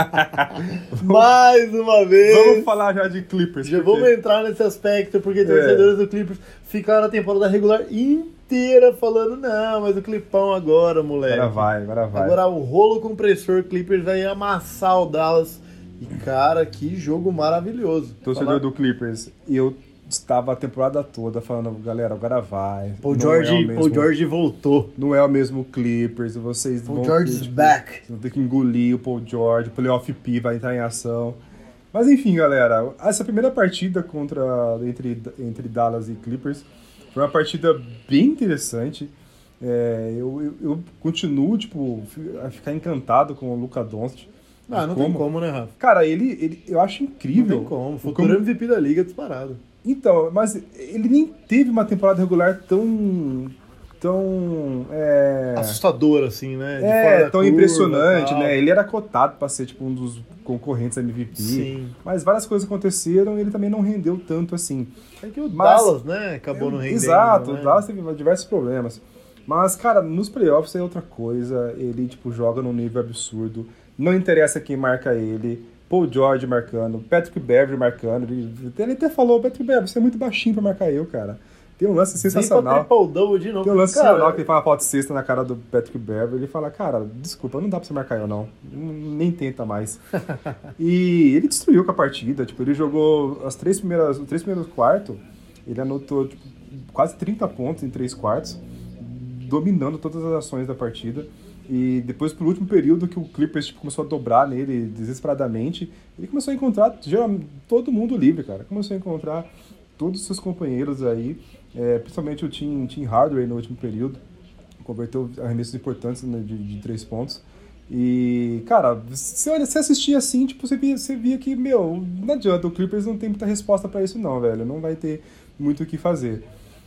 [SPEAKER 5] Mais uma vez.
[SPEAKER 6] Vamos falar já de Clippers.
[SPEAKER 5] Já vamos entrar nesse aspecto, porque torcedores do Clippers ficaram na temporada regular inteira falando, não, mas o Clipão agora, moleque.
[SPEAKER 6] Agora vai.
[SPEAKER 5] Agora o rolo compressor Clippers vai amassar o Dallas. E, cara, que jogo maravilhoso.
[SPEAKER 6] Torcedor do Clippers, eu estava a temporada toda falando, galera, agora vai.
[SPEAKER 5] Paul George voltou.
[SPEAKER 6] Não é o mesmo Clippers, vocês
[SPEAKER 5] Paul George's back.
[SPEAKER 6] Vão ter que engolir o Paul George, o Playoff P vai entrar em ação. Mas enfim, galera, essa primeira partida entre Dallas e Clippers foi uma partida bem interessante. Eu continuo, tipo, a ficar encantado com o Luka Doncic.
[SPEAKER 5] Não tem como, né, Rafa?
[SPEAKER 6] Cara, ele eu acho incrível.
[SPEAKER 5] Não tem como. Futuro MVP da liga disparado.
[SPEAKER 6] Então, mas ele nem teve uma temporada regular tão
[SPEAKER 5] assustador, assim, né?
[SPEAKER 6] Tão impressionante, né? Ele era cotado pra ser, tipo, um dos concorrentes a MVP.
[SPEAKER 5] Sim.
[SPEAKER 6] Mas várias coisas aconteceram e ele também não rendeu tanto, assim.
[SPEAKER 5] É que o Dallas, né, acabou não rendendo.
[SPEAKER 6] Exato,
[SPEAKER 5] né?
[SPEAKER 6] O Dallas teve diversos problemas. Mas, cara, nos playoffs é outra coisa. Ele, tipo, joga num nível absurdo. Não interessa quem marca ele. Paul George marcando, Patrick Beverley marcando. Ele até falou, Patrick Beverley, você é muito baixinho pra marcar eu, cara. Tem um lance sensacional.
[SPEAKER 5] De novo.
[SPEAKER 6] Tem um lance sensacional que ele fala falta de cesta na cara do Patrick Beverley. Ele fala, cara, desculpa, não dá pra você marcar eu, não. Nem tenta mais. E ele destruiu com a partida. Tipo, ele jogou os três primeiros quartos. Ele anotou tipo, quase 30 pontos em 3 quartos, dominando todas as ações da partida. E depois, pro último período, que o Clippers tipo, começou a dobrar nele desesperadamente, ele começou a encontrar todo mundo livre, cara. Começou a encontrar todos os seus companheiros aí, principalmente o Tim Hardaway no último período. Converteu arremessos importantes, né, de 3 pontos. E, cara, você assistia assim, tipo, você via que, não adianta, o Clippers não tem muita resposta pra isso não, velho. Não vai ter muito o que fazer.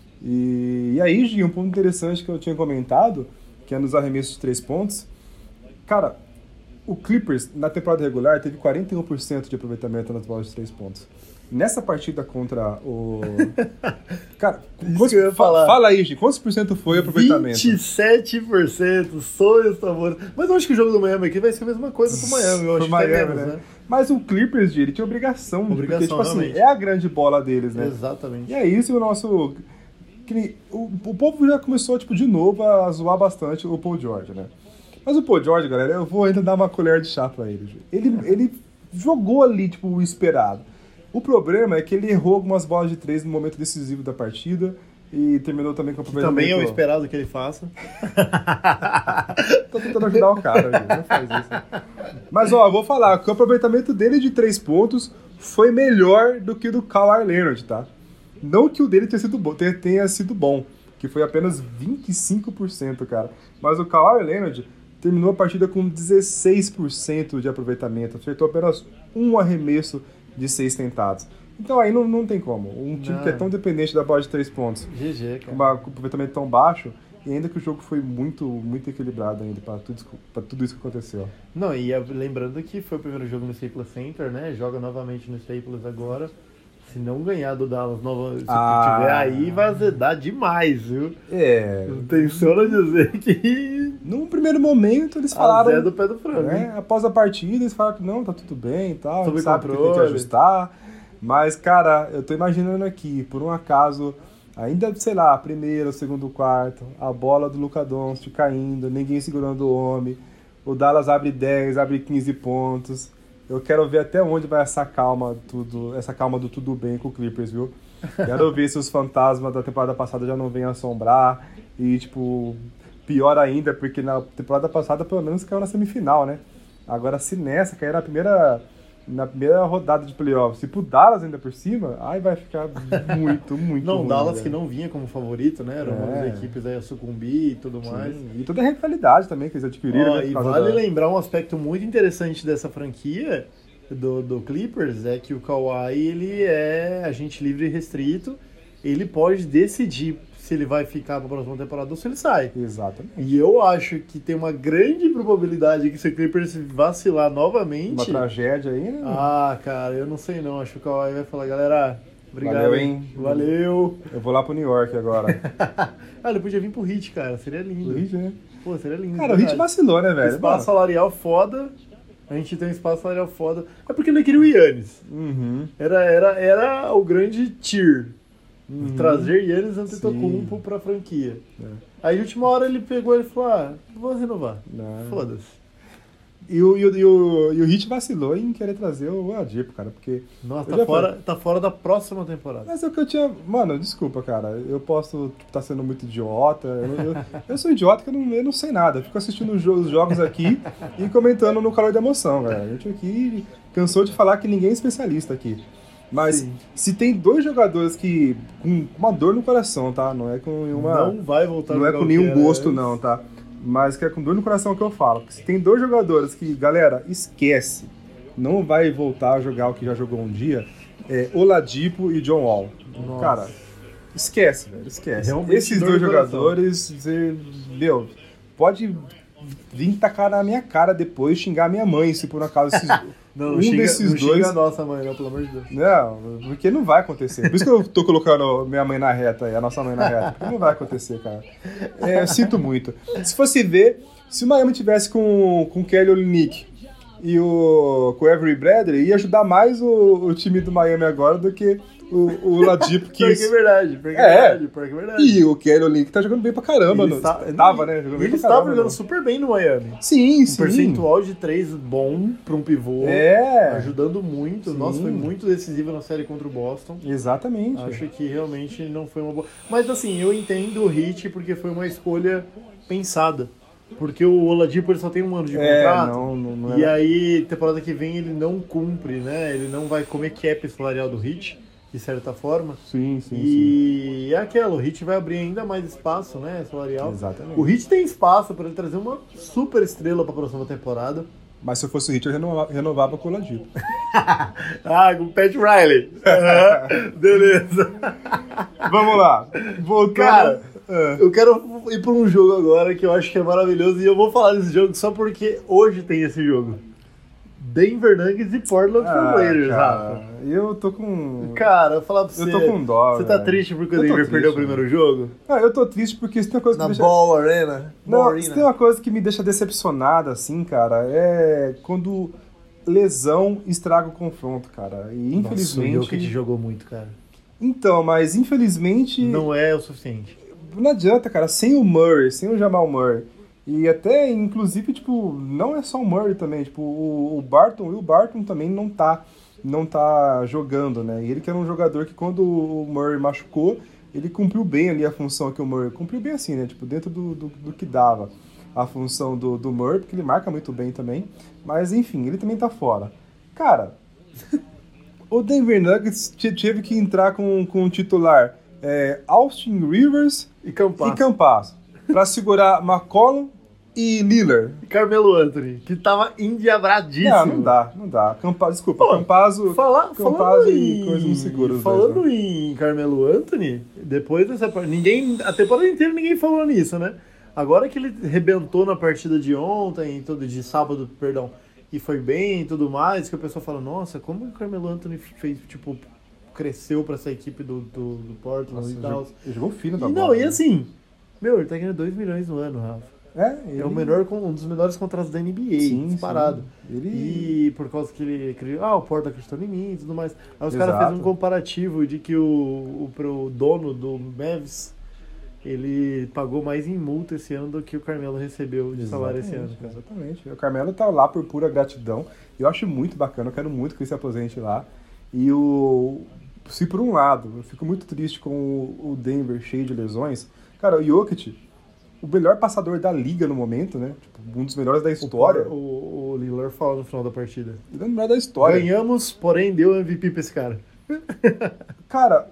[SPEAKER 6] E aí, Gi, um ponto interessante que eu tinha comentado, que é nos arremessos de 3 pontos. Cara, o Clippers, na temporada regular, teve 41% de aproveitamento nas bolas de 3 pontos. Nessa partida contra o... Cara, fala aí, Gi, quantos por cento foi o aproveitamento?
[SPEAKER 5] 27%, sonhos, tambores. Mas eu acho que o jogo do Miami aqui vai ser a mesma coisa pro Miami. Eu acho que
[SPEAKER 6] Miami,
[SPEAKER 5] menos, né?
[SPEAKER 6] Mas o Clippers, Gi, ele tinha obrigação porque, tipo assim, é a grande bola deles, né?
[SPEAKER 5] Exatamente.
[SPEAKER 6] E é isso, o nosso... O povo já começou, tipo, de novo a zoar bastante o Paul George, né? Mas o Paul George, galera, eu vou ainda dar uma colher de chá pra ele. Ele jogou ali, tipo, o esperado. O problema é que ele errou algumas bolas de 3 no momento decisivo da partida e terminou também com o aproveitamento.
[SPEAKER 5] Também é o esperado que ele faça.
[SPEAKER 6] Tô tentando ajudar o cara, gente. Não faz isso. Mas, ó, eu vou falar que o aproveitamento dele de 3 pontos foi melhor do que o do Kawhi Leonard, tá? Não que o dele tenha sido bom, que foi apenas 25%, cara. Mas o Kawhi Leonard terminou a partida com 16% de aproveitamento, acertou apenas um arremesso de 6 tentados. Então aí não tem como. Um time que é tão dependente da bola de 3 pontos,
[SPEAKER 5] GG,
[SPEAKER 6] com
[SPEAKER 5] cara.
[SPEAKER 6] um aproveitamento tão baixo, e ainda que o jogo foi muito, muito equilibrado ainda para tudo isso que aconteceu.
[SPEAKER 5] Não, e lembrando que foi o primeiro jogo no Staples Center, né? Joga novamente no Staples agora. Se não ganhar do Dallas, se tiver aí, vai azedar demais, viu? Tenciona dizer que
[SPEAKER 6] Num primeiro momento eles falaram...
[SPEAKER 5] azeda do pé do frango.
[SPEAKER 6] né, após a partida eles falaram que não, tá tudo bem e tal, a
[SPEAKER 5] Sob
[SPEAKER 6] gente sabe que tem que
[SPEAKER 5] controle.
[SPEAKER 6] ajustar. Mas, cara, eu tô imaginando aqui, por um acaso, ainda, sei lá, primeiro, segundo quarto, a bola do Luka Doncic caindo, ninguém segurando o homem, o Dallas abre 10, abre 15 pontos. Eu quero ver até onde vai essa calma do tudo bem com o Clippers, viu? Quero ver se os fantasmas da temporada passada já não vêm assombrar. E, tipo, pior ainda, porque na temporada passada pelo menos caiu na semifinal, né? Agora, se nessa cair na primeira rodada de playoffs, se pro Dallas ainda por cima, aí vai ficar muito, muito
[SPEAKER 5] Não,
[SPEAKER 6] ruim,
[SPEAKER 5] Dallas
[SPEAKER 6] velho.
[SPEAKER 5] que não vinha como favorito, né? Era uma das equipes aí a sucumbir e tudo mais.
[SPEAKER 6] Sim, e toda a rivalidade também que eles adquiriram.
[SPEAKER 5] Ó,
[SPEAKER 6] né, por
[SPEAKER 5] e
[SPEAKER 6] causa
[SPEAKER 5] vale
[SPEAKER 6] da-
[SPEAKER 5] lembrar um aspecto muito interessante dessa franquia do Clippers, é que o Kawhi, ele é agente livre e restrito, ele pode decidir se ele vai ficar para a próxima temporada ou se ele sai.
[SPEAKER 6] Exatamente.
[SPEAKER 5] E eu acho que tem uma grande probabilidade que se o Clippers vacilar novamente...
[SPEAKER 6] Uma tragédia aí, né?
[SPEAKER 5] Ah, cara, eu não sei não, acho que o Kawhi vai falar, galera, obrigado.
[SPEAKER 6] Valeu, hein?
[SPEAKER 5] Valeu.
[SPEAKER 6] Eu vou lá pro New York agora.
[SPEAKER 5] Ah, ele podia vir pro Heat, cara, seria lindo.
[SPEAKER 6] O Heat, né?
[SPEAKER 5] Pô, seria lindo.
[SPEAKER 6] Cara, o Heat
[SPEAKER 5] verdade.
[SPEAKER 6] vacilou, né, velho?
[SPEAKER 5] Espaço salarial foda. A gente tem um espaço salarial foda. É porque não queria o Yannis.
[SPEAKER 6] Uhum.
[SPEAKER 5] Era o grande tier. Trazer Yannis
[SPEAKER 6] Sim.
[SPEAKER 5] Antetokounmpo pra franquia.
[SPEAKER 6] É.
[SPEAKER 5] Aí, de última hora, ele pegou e falou, vou renovar.
[SPEAKER 6] Não.
[SPEAKER 5] Foda-se.
[SPEAKER 6] E o Heat vacilou em querer trazer o Oladipo, cara, porque...
[SPEAKER 5] Nossa,
[SPEAKER 6] Eu já
[SPEAKER 5] tá fora da próxima temporada.
[SPEAKER 6] Mas é o que eu tinha... Mano, desculpa, cara. Eu posso estar sendo muito idiota. Eu sou idiota que eu não sei nada. Eu fico assistindo os jogos aqui e comentando no calor da emoção, galera. A gente aqui cansou de falar que ninguém é especialista aqui. Mas
[SPEAKER 5] Sim.
[SPEAKER 6] se tem dois jogadores que... com uma dor no coração, tá? Não é com nenhuma...
[SPEAKER 5] Não vai voltar a
[SPEAKER 6] Não é
[SPEAKER 5] jogar
[SPEAKER 6] com
[SPEAKER 5] o que
[SPEAKER 6] nenhum
[SPEAKER 5] era
[SPEAKER 6] gosto,
[SPEAKER 5] antes.
[SPEAKER 6] não, tá? Mas que é com dor no coração que eu falo. Se tem dois jogadores que, galera, esquece, não vai voltar a jogar o que já jogou um dia, é Oladipo e John Wall.
[SPEAKER 5] Nossa.
[SPEAKER 6] Cara, esquece, velho, esquece.
[SPEAKER 5] Realmente
[SPEAKER 6] Esses
[SPEAKER 5] dor
[SPEAKER 6] dois
[SPEAKER 5] no coração.
[SPEAKER 6] jogadores, você, meu, pode vir tacar na minha cara depois, xingar minha mãe, se por acaso esses,
[SPEAKER 5] Não,
[SPEAKER 6] um
[SPEAKER 5] xinga,
[SPEAKER 6] desses
[SPEAKER 5] não
[SPEAKER 6] dois...
[SPEAKER 5] xinga a nossa mãe, não, pelo amor de Deus.
[SPEAKER 6] Não, porque não vai acontecer. Por isso que eu tô colocando minha mãe na reta aí, a nossa mãe na reta. Porque não vai acontecer, cara. Eu sinto muito. Se fosse ver, se o Miami tivesse com o Kelly Olynyk e com o Avery Bradley, ia ajudar mais o time do Miami agora do que o Oladipo que...
[SPEAKER 5] Pior que é verdade, pior que
[SPEAKER 6] É.
[SPEAKER 5] é verdade, pior que é verdade.
[SPEAKER 6] E o Kelly Olynyk tá jogando bem pra caramba.
[SPEAKER 5] Ele
[SPEAKER 6] no-
[SPEAKER 5] está-
[SPEAKER 6] Tava, né? Jogando
[SPEAKER 5] E
[SPEAKER 6] bem
[SPEAKER 5] ele
[SPEAKER 6] pra
[SPEAKER 5] estava
[SPEAKER 6] caramba,
[SPEAKER 5] jogando
[SPEAKER 6] né?
[SPEAKER 5] super bem no Miami.
[SPEAKER 6] Sim,
[SPEAKER 5] Um
[SPEAKER 6] sim.
[SPEAKER 5] percentual de 3 bom para um pivô.
[SPEAKER 6] É.
[SPEAKER 5] Ajudando muito.
[SPEAKER 6] Sim.
[SPEAKER 5] Nossa, foi muito decisivo na série contra o Boston.
[SPEAKER 6] Exatamente.
[SPEAKER 5] Acho que realmente não foi uma boa. Mas assim, eu entendo o Hit porque foi uma escolha pensada. Porque o Oladipo ele só tem um ano de contrato.
[SPEAKER 6] não
[SPEAKER 5] E
[SPEAKER 6] é...
[SPEAKER 5] aí, temporada que vem, ele não cumpre, né? Ele não vai comer cap salarial do Hit, de certa forma.
[SPEAKER 6] Sim, sim, sim.
[SPEAKER 5] E é aquilo, o Hit vai abrir ainda mais espaço, né? Salarial.
[SPEAKER 6] Exatamente.
[SPEAKER 5] O Hit tem espaço para ele trazer uma super estrela para a próxima temporada.
[SPEAKER 6] Mas se eu fosse o Heat, eu renovava com o Oladipo.
[SPEAKER 5] Ah, com o Pat Riley. Aham, beleza.
[SPEAKER 6] Vamos lá. Voltando.
[SPEAKER 5] Cara,
[SPEAKER 6] É.
[SPEAKER 5] eu quero ir para um jogo agora que eu acho que é maravilhoso e eu vou falar desse jogo só porque hoje tem esse jogo. Denver Nuggets e Portland Trailblazers, Rafa.
[SPEAKER 6] cara, eu tô com...
[SPEAKER 5] Cara, eu vou falar pra você.
[SPEAKER 6] Eu tô com dó,
[SPEAKER 5] Você tá
[SPEAKER 6] velho.
[SPEAKER 5] triste porque o
[SPEAKER 6] Eu tô
[SPEAKER 5] Denver
[SPEAKER 6] triste,
[SPEAKER 5] perdeu o
[SPEAKER 6] velho.
[SPEAKER 5] primeiro jogo?
[SPEAKER 6] Ah, eu tô triste porque se tem uma coisa que
[SPEAKER 5] Na
[SPEAKER 6] me deixa...
[SPEAKER 5] Ball Arena?
[SPEAKER 6] Não,
[SPEAKER 5] Ball
[SPEAKER 6] se tem
[SPEAKER 5] Arena.
[SPEAKER 6] uma coisa que me deixa decepcionada, assim, cara, é quando lesão estraga o confronto, cara. E infelizmente...
[SPEAKER 5] Nossa, o Jokic jogou muito, cara.
[SPEAKER 6] Então, mas infelizmente...
[SPEAKER 5] Não é o suficiente.
[SPEAKER 6] Não adianta, cara, sem o Murray, sem o Jamal Murray, e até, inclusive, tipo, não é só o Murray também, tipo, o Barton também não tá jogando, né, e ele que era um jogador que quando o Murray machucou, ele cumpriu bem ali a função que o Murray, cumpriu bem assim, né, tipo, dentro do que dava a função do Murray, porque ele marca muito bem também, mas enfim, ele também tá fora. Cara, o Denver Nuggets teve que entrar com um titular Austin Rivers
[SPEAKER 5] E Campazzo.
[SPEAKER 6] e Campazzo. Pra segurar McCollum e Lillard.
[SPEAKER 5] E Carmelo Anthony, que tava endiabradíssimo.
[SPEAKER 6] Não dá. Desculpa,
[SPEAKER 5] Pô,
[SPEAKER 6] Campazzo
[SPEAKER 5] falando
[SPEAKER 6] e
[SPEAKER 5] em,
[SPEAKER 6] coisa não segura os
[SPEAKER 5] falando
[SPEAKER 6] dois, né?
[SPEAKER 5] em Carmelo Anthony, depois dessa a temporada inteira ninguém falou nisso, né? Agora que ele rebentou na partida de ontem, de sábado, perdão, e foi bem e tudo mais, que o pessoal fala, nossa, como o Carmelo Anthony fez, tipo, cresceu pra essa equipe do Portland e tal.
[SPEAKER 6] Ele jogou fino da
[SPEAKER 5] E
[SPEAKER 6] bola.
[SPEAKER 5] não, e
[SPEAKER 6] né?
[SPEAKER 5] assim, ele tá ganhando 2 milhões no ano, Rafa. É um dos melhores contratos da NBA,
[SPEAKER 6] Sim,
[SPEAKER 5] disparado.
[SPEAKER 6] sim.
[SPEAKER 5] E por causa que ele criou, o Porto acreditou em mim e tudo mais. Aí os caras
[SPEAKER 6] Exato.
[SPEAKER 5] fez um comparativo de que pro dono do Mavs, ele pagou mais em multa esse ano do que o Carmelo recebeu de salário esse ano. Cara.
[SPEAKER 6] Exatamente. O Carmelo tá lá por pura gratidão. Eu acho muito bacana, eu quero muito que ele se aposente lá. E se por um lado, eu fico muito triste com o Denver cheio de lesões, cara, o Jokic, o melhor passador da liga no momento, né? Tipo, um dos melhores da história.
[SPEAKER 5] O Lillard falou no final da partida.
[SPEAKER 6] Ele é o melhor da história.
[SPEAKER 5] Ganhamos, porém deu MVP pra esse cara.
[SPEAKER 6] Cara,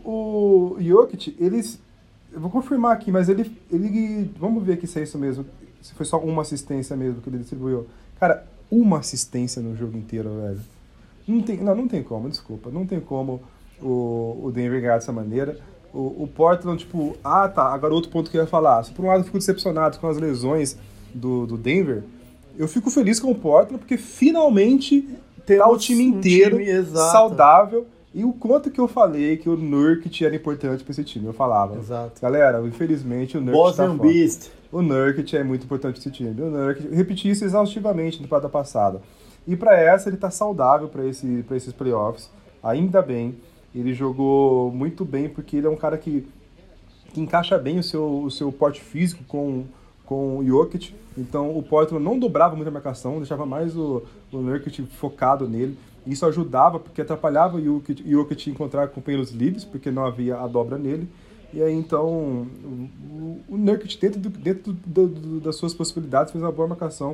[SPEAKER 6] o Jokic, eu vou confirmar aqui, mas ele. Vamos ver aqui se é isso mesmo. Se foi só uma assistência mesmo que ele distribuiu. Cara, uma assistência no jogo inteiro, velho. Não tem como, desculpa. Não tem como o Denver ganhar dessa maneira. O Portland, tipo... agora outro ponto que eu ia falar. Se por um lado eu fico decepcionado com as lesões do Denver, eu fico feliz com o Portland, porque finalmente tá o time inteiro saudável. E o quanto que eu falei que o Nurkic era importante pra esse time, eu falava.
[SPEAKER 5] Exato.
[SPEAKER 6] Galera, infelizmente o Nurkic tá
[SPEAKER 5] Boston
[SPEAKER 6] fora.
[SPEAKER 5] Beast.
[SPEAKER 6] O Nurkic é muito importante pra esse time. O Nurkic, eu repeti isso exaustivamente na temporada passada. E pra essa ele tá saudável pra esses playoffs. Ainda bem. Ele jogou muito bem, porque ele é um cara que encaixa bem o seu porte físico com o Jokic. Então o Portland não dobrava muita marcação, deixava mais o Nurkic focado nele. Isso ajudava, porque atrapalhava o Jokic encontrar companheiros livres, porque não havia a dobra nele. E aí então o Nurkic, dentro das suas possibilidades, fez uma boa marcação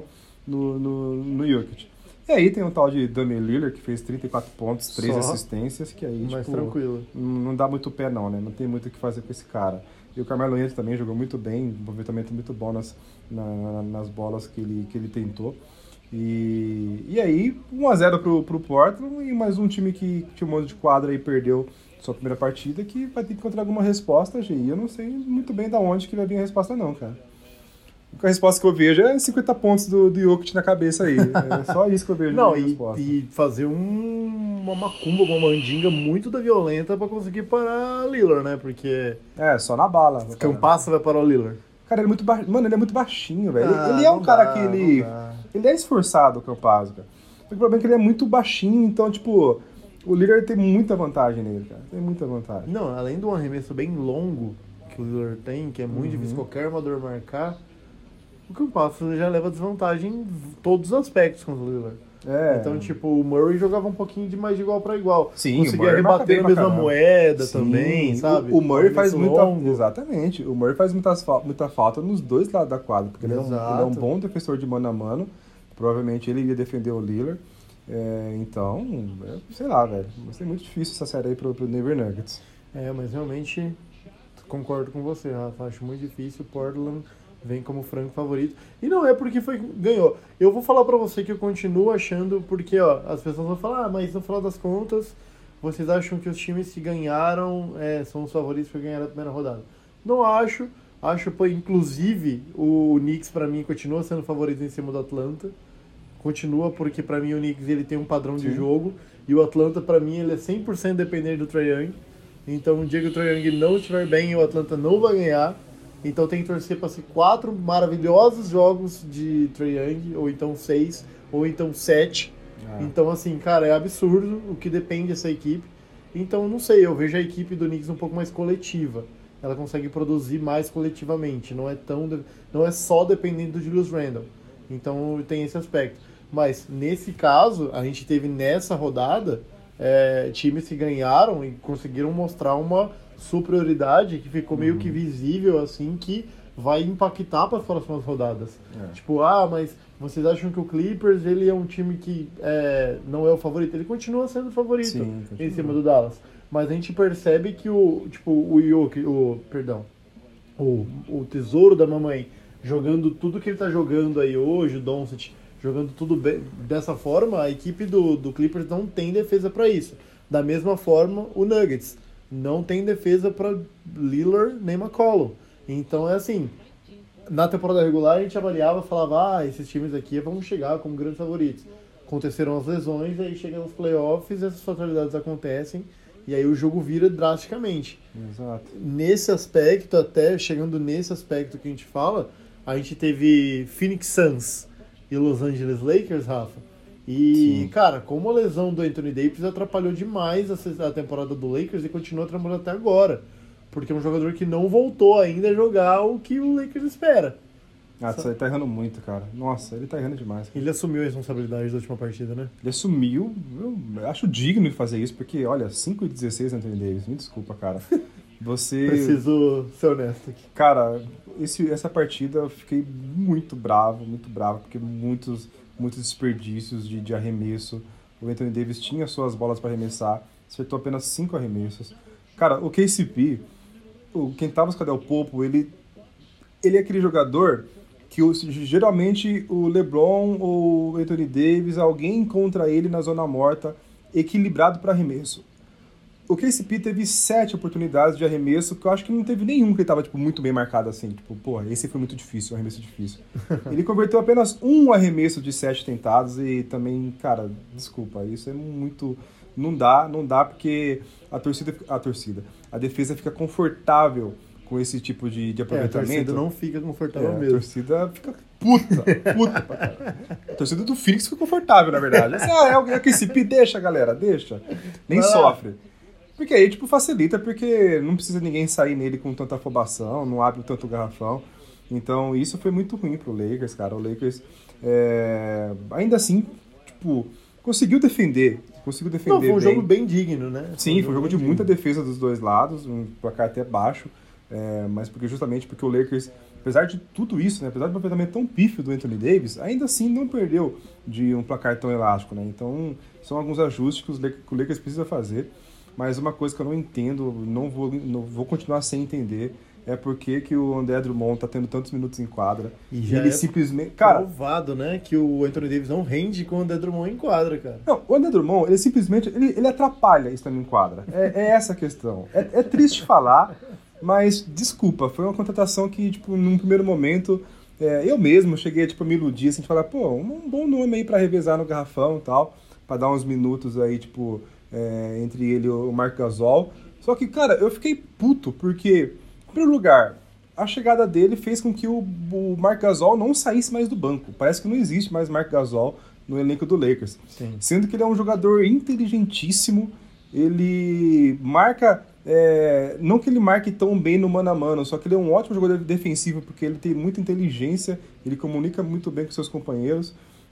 [SPEAKER 6] no Jokic. E aí tem um tal de Damian Lillard, que fez 34 pontos, 3 assistências, que aí,
[SPEAKER 5] mais
[SPEAKER 6] tipo,
[SPEAKER 5] tranquilo.
[SPEAKER 6] Não dá muito pé não, né? Não tem muito o que fazer com esse cara. E o Carmelo Anthony também jogou muito bem, um aproveitamento muito bom nas bolas que ele tentou. E aí, 1-0 pro Portland, e mais um time que tinha um monte de quadra e perdeu sua primeira partida, que vai ter que encontrar alguma resposta, e eu não sei muito bem de onde que vai vir a resposta não, cara. A resposta que eu vejo é 50 pontos do Jokic na cabeça aí. É só isso que eu vejo.
[SPEAKER 5] Não,
[SPEAKER 6] de resposta.
[SPEAKER 5] e fazer uma macumba, uma mandinga muito da violenta pra conseguir parar Lillard, né? Porque
[SPEAKER 6] Só na bala.
[SPEAKER 5] Campazzo vai parar o Lillard.
[SPEAKER 6] Cara, ele é muito Mano, ele é muito baixinho, velho.
[SPEAKER 5] Ah,
[SPEAKER 6] Ele é um
[SPEAKER 5] não
[SPEAKER 6] cara
[SPEAKER 5] dá,
[SPEAKER 6] que
[SPEAKER 5] não
[SPEAKER 6] ele é esforçado, o Campazzo, cara. O problema é que ele é muito baixinho, então, tipo, o Lillard tem muita vantagem nele, cara. Tem muita vantagem.
[SPEAKER 5] Não, além de um arremesso bem longo que o Lillard tem, que é muito difícil qualquer armador marcar, o Campazzo já leva desvantagem em todos os aspectos contra o Lillard. Então, tipo, o Murray jogava um pouquinho de mais de igual pra igual.
[SPEAKER 6] Sim, o
[SPEAKER 5] conseguia
[SPEAKER 6] Murray marca
[SPEAKER 5] rebater
[SPEAKER 6] bem
[SPEAKER 5] na
[SPEAKER 6] pra
[SPEAKER 5] mesma
[SPEAKER 6] caramba.
[SPEAKER 5] moeda
[SPEAKER 6] Sim,
[SPEAKER 5] também, sabe?
[SPEAKER 6] O Murray faz
[SPEAKER 5] Arremesso
[SPEAKER 6] muita...
[SPEAKER 5] longo.
[SPEAKER 6] Exatamente. O Murray faz muita falta nos dois lados da quadra, porque ele é um
[SPEAKER 5] Exato.
[SPEAKER 6] bom defensor de mano a mano. Provavelmente ele iria defender o Lillard. Então, sei lá, velho. Vai ser muito difícil essa série aí pro Denver Nuggets.
[SPEAKER 5] Mas realmente concordo com você, Rafa. Acho muito difícil. O Portland vem como franco favorito. E não é porque ganhou. Eu vou falar pra você que eu continuo achando, porque as pessoas vão falar, mas no final das contas, vocês acham que os times que ganharam são os favoritos para ganhar a primeira rodada. Não acho. Acho, inclusive, o Knicks pra mim continua sendo favorito em cima do Atlanta. Continua, porque pra mim o Knicks ele tem um padrão de jogo. E o Atlanta, pra mim, ele é 100% dependente do Trae Young. Então, um dia que o Trae Young não estiver bem, o Atlanta não vai ganhar. Então tem que torcer para ser 4 maravilhosos jogos de Trae Young, ou então 6, ou então 7. Então, assim, cara, é absurdo o que depende dessa equipe. Então, não sei, eu vejo a equipe do Knicks um pouco mais coletiva. Ela consegue produzir mais coletivamente, não é só dependendo do Julius Randle. Então tem esse aspecto. Mas nesse caso, a gente teve nessa rodada times que ganharam e conseguiram mostrar uma superioridade que ficou meio que visível, assim, que vai impactar para as próximas rodadas. Tipo, mas vocês acham que o Clippers ele é um time que não é o favorito? Ele continua sendo o favorito.
[SPEAKER 6] Sim,
[SPEAKER 5] em cima do Dallas. mas a gente percebe que o tesouro da mamãe jogando tudo que ele tá jogando aí hoje, o Doncic jogando tudo dessa forma, a equipe do Clippers não tem defesa para isso. Da mesma forma, o Nuggets não tem defesa para Lillard nem McCollum. Então é assim, na temporada regular a gente avaliava, falava, esses times aqui vão chegar como grandes favoritos. Aconteceram as lesões, aí chega nos playoffs, essas fatalidades acontecem, e aí o jogo vira drasticamente.
[SPEAKER 6] Exato.
[SPEAKER 5] Nesse aspecto, até chegando nesse aspecto que a gente fala, a gente teve Phoenix Suns e Los Angeles Lakers, Rafa. E,
[SPEAKER 6] Sim.
[SPEAKER 5] cara, como a lesão do Anthony Davis atrapalhou demais a temporada do Lakers e continua atrapalhando até agora. Porque é um jogador que não voltou ainda a jogar o que o Lakers espera.
[SPEAKER 6] Isso aí tá errando muito, cara. Nossa, ele tá errando demais. Cara.
[SPEAKER 5] Ele assumiu a responsabilidade da última partida, né?
[SPEAKER 6] Ele assumiu, eu acho digno de fazer isso, porque, olha, 5-16 Anthony Davis, me desculpa, cara. Você...
[SPEAKER 5] Preciso ser honesto aqui.
[SPEAKER 6] Cara, essa partida eu fiquei muito bravo, porque muitos desperdícios de arremesso. O Anthony Davis tinha suas bolas para arremessar, acertou apenas 5 arremessos. Cara, o KCP, quem tava com o Cadel Popo, ele é aquele jogador que geralmente o LeBron ou o Anthony Davis, alguém encontra ele na zona morta, equilibrado para arremesso. O KCP teve 7 oportunidades de arremesso, que eu acho que não teve nenhum que ele tava muito bem marcado assim. Tipo, porra, esse foi muito difícil, um arremesso difícil. Ele converteu apenas um arremesso de 7 tentados e também, cara, desculpa, isso é muito... Não dá porque a defesa fica confortável com esse tipo de aproveitamento.
[SPEAKER 5] A torcida não fica confortável mesmo.
[SPEAKER 6] A torcida fica puta pra caralho. A torcida do Phoenix fica confortável, na verdade. É o KCP, deixa, galera, deixa. Nem sofre. Porque aí, tipo, facilita, porque não precisa ninguém sair nele com tanta afobação, não abre tanto garrafão. Então, isso foi muito ruim pro Lakers, cara. O Lakers, ainda assim, tipo, conseguiu defender.
[SPEAKER 5] Não, foi um jogo bem digno, né?
[SPEAKER 6] Sim, foi um jogo de muita defesa dos dois lados, um placar até baixo. Mas justamente porque o Lakers, apesar de tudo isso, né, apesar do aproveitamento tão pífio do Anthony Davis, ainda assim não perdeu de um placar tão elástico, né? Então, são alguns ajustes que o Lakers precisa fazer. Mas uma coisa que eu não entendo, não vou continuar sem entender, é porque que o André Drummond tá tendo tantos minutos em quadra.
[SPEAKER 5] E já
[SPEAKER 6] ele simplesmente... Cara,
[SPEAKER 5] provado, né, que o Anthony Davis não rende com o André Drummond em quadra, cara.
[SPEAKER 6] Não, o André Drummond, ele simplesmente... Ele atrapalha estando em quadra. É essa a questão. É triste falar, mas, desculpa, foi uma contratação que, tipo, num primeiro momento, eu mesmo cheguei, tipo, a me iludir, assim, de falar, pô, um bom nome aí pra revezar no garrafão e tal, pra dar uns minutos aí, tipo... entre ele e o Marc Gasol. Só que, cara, eu fiquei puto, porque, em primeiro lugar, a chegada dele fez com que o Marc Gasol não saísse mais do banco. Parece que não existe mais Marc Gasol no elenco do Lakers.
[SPEAKER 5] Sim.
[SPEAKER 6] Sendo que ele é um jogador inteligentíssimo, ele marca... não que ele marque tão bem no mano a mano, só que ele é um ótimo jogador defensivo, porque ele tem muita inteligência, ele comunica muito bem com seus companheiros,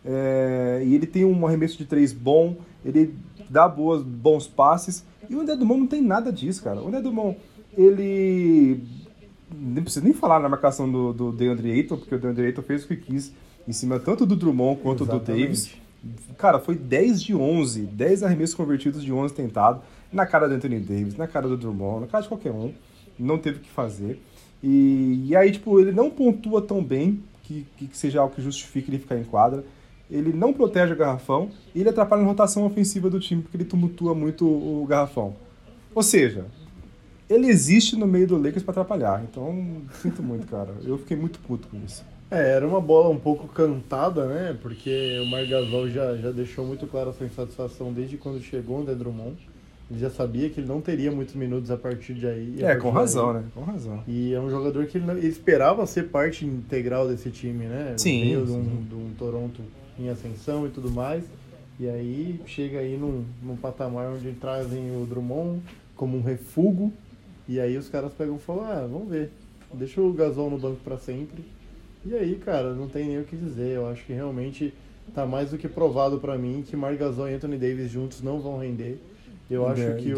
[SPEAKER 6] e ele tem um arremesso de 3 bom, ele dá bons passes, e o André Drummond não tem nada disso, cara. O André Drummond, ele... não precisa nem falar na marcação do DeAndre Ayton, porque o DeAndre Ayton fez o que quis, em cima tanto do Drummond quanto do Davis. Cara, foi 10 de 11, 10 arremessos convertidos de 11 tentados, na cara do Anthony Davis, na cara do Drummond, na cara de qualquer um, não teve o que fazer. E aí, tipo, ele não pontua tão bem que seja algo que justifique ele ficar em quadra. Ele não protege o garrafão e ele atrapalha na rotação ofensiva do time, porque ele tumultua muito o garrafão. Ou seja, ele existe no meio do Lakers para atrapalhar. Então, sinto muito, cara. Eu fiquei muito puto com isso.
[SPEAKER 5] Era uma bola um pouco cantada, né? Porque o Marc Gasol já deixou muito clara a sua insatisfação desde quando chegou o André Drummond. Ele já sabia que ele não teria muitos minutos a partir de aí.
[SPEAKER 6] Com razão, né? Com razão.
[SPEAKER 5] E é um jogador que ele esperava ser parte integral desse time, né?
[SPEAKER 6] Sim.
[SPEAKER 5] Veio de um Toronto em ascensão e tudo mais. E aí chega aí num patamar onde trazem o Drummond como um refúgio. E aí os caras pegam e falam, vamos ver. Deixa o Gasol no banco pra sempre. E aí, cara, não tem nem o que dizer. Eu acho que realmente tá mais do que provado pra mim que Marc Gasol e Anthony Davis juntos não vão render. Eu acho que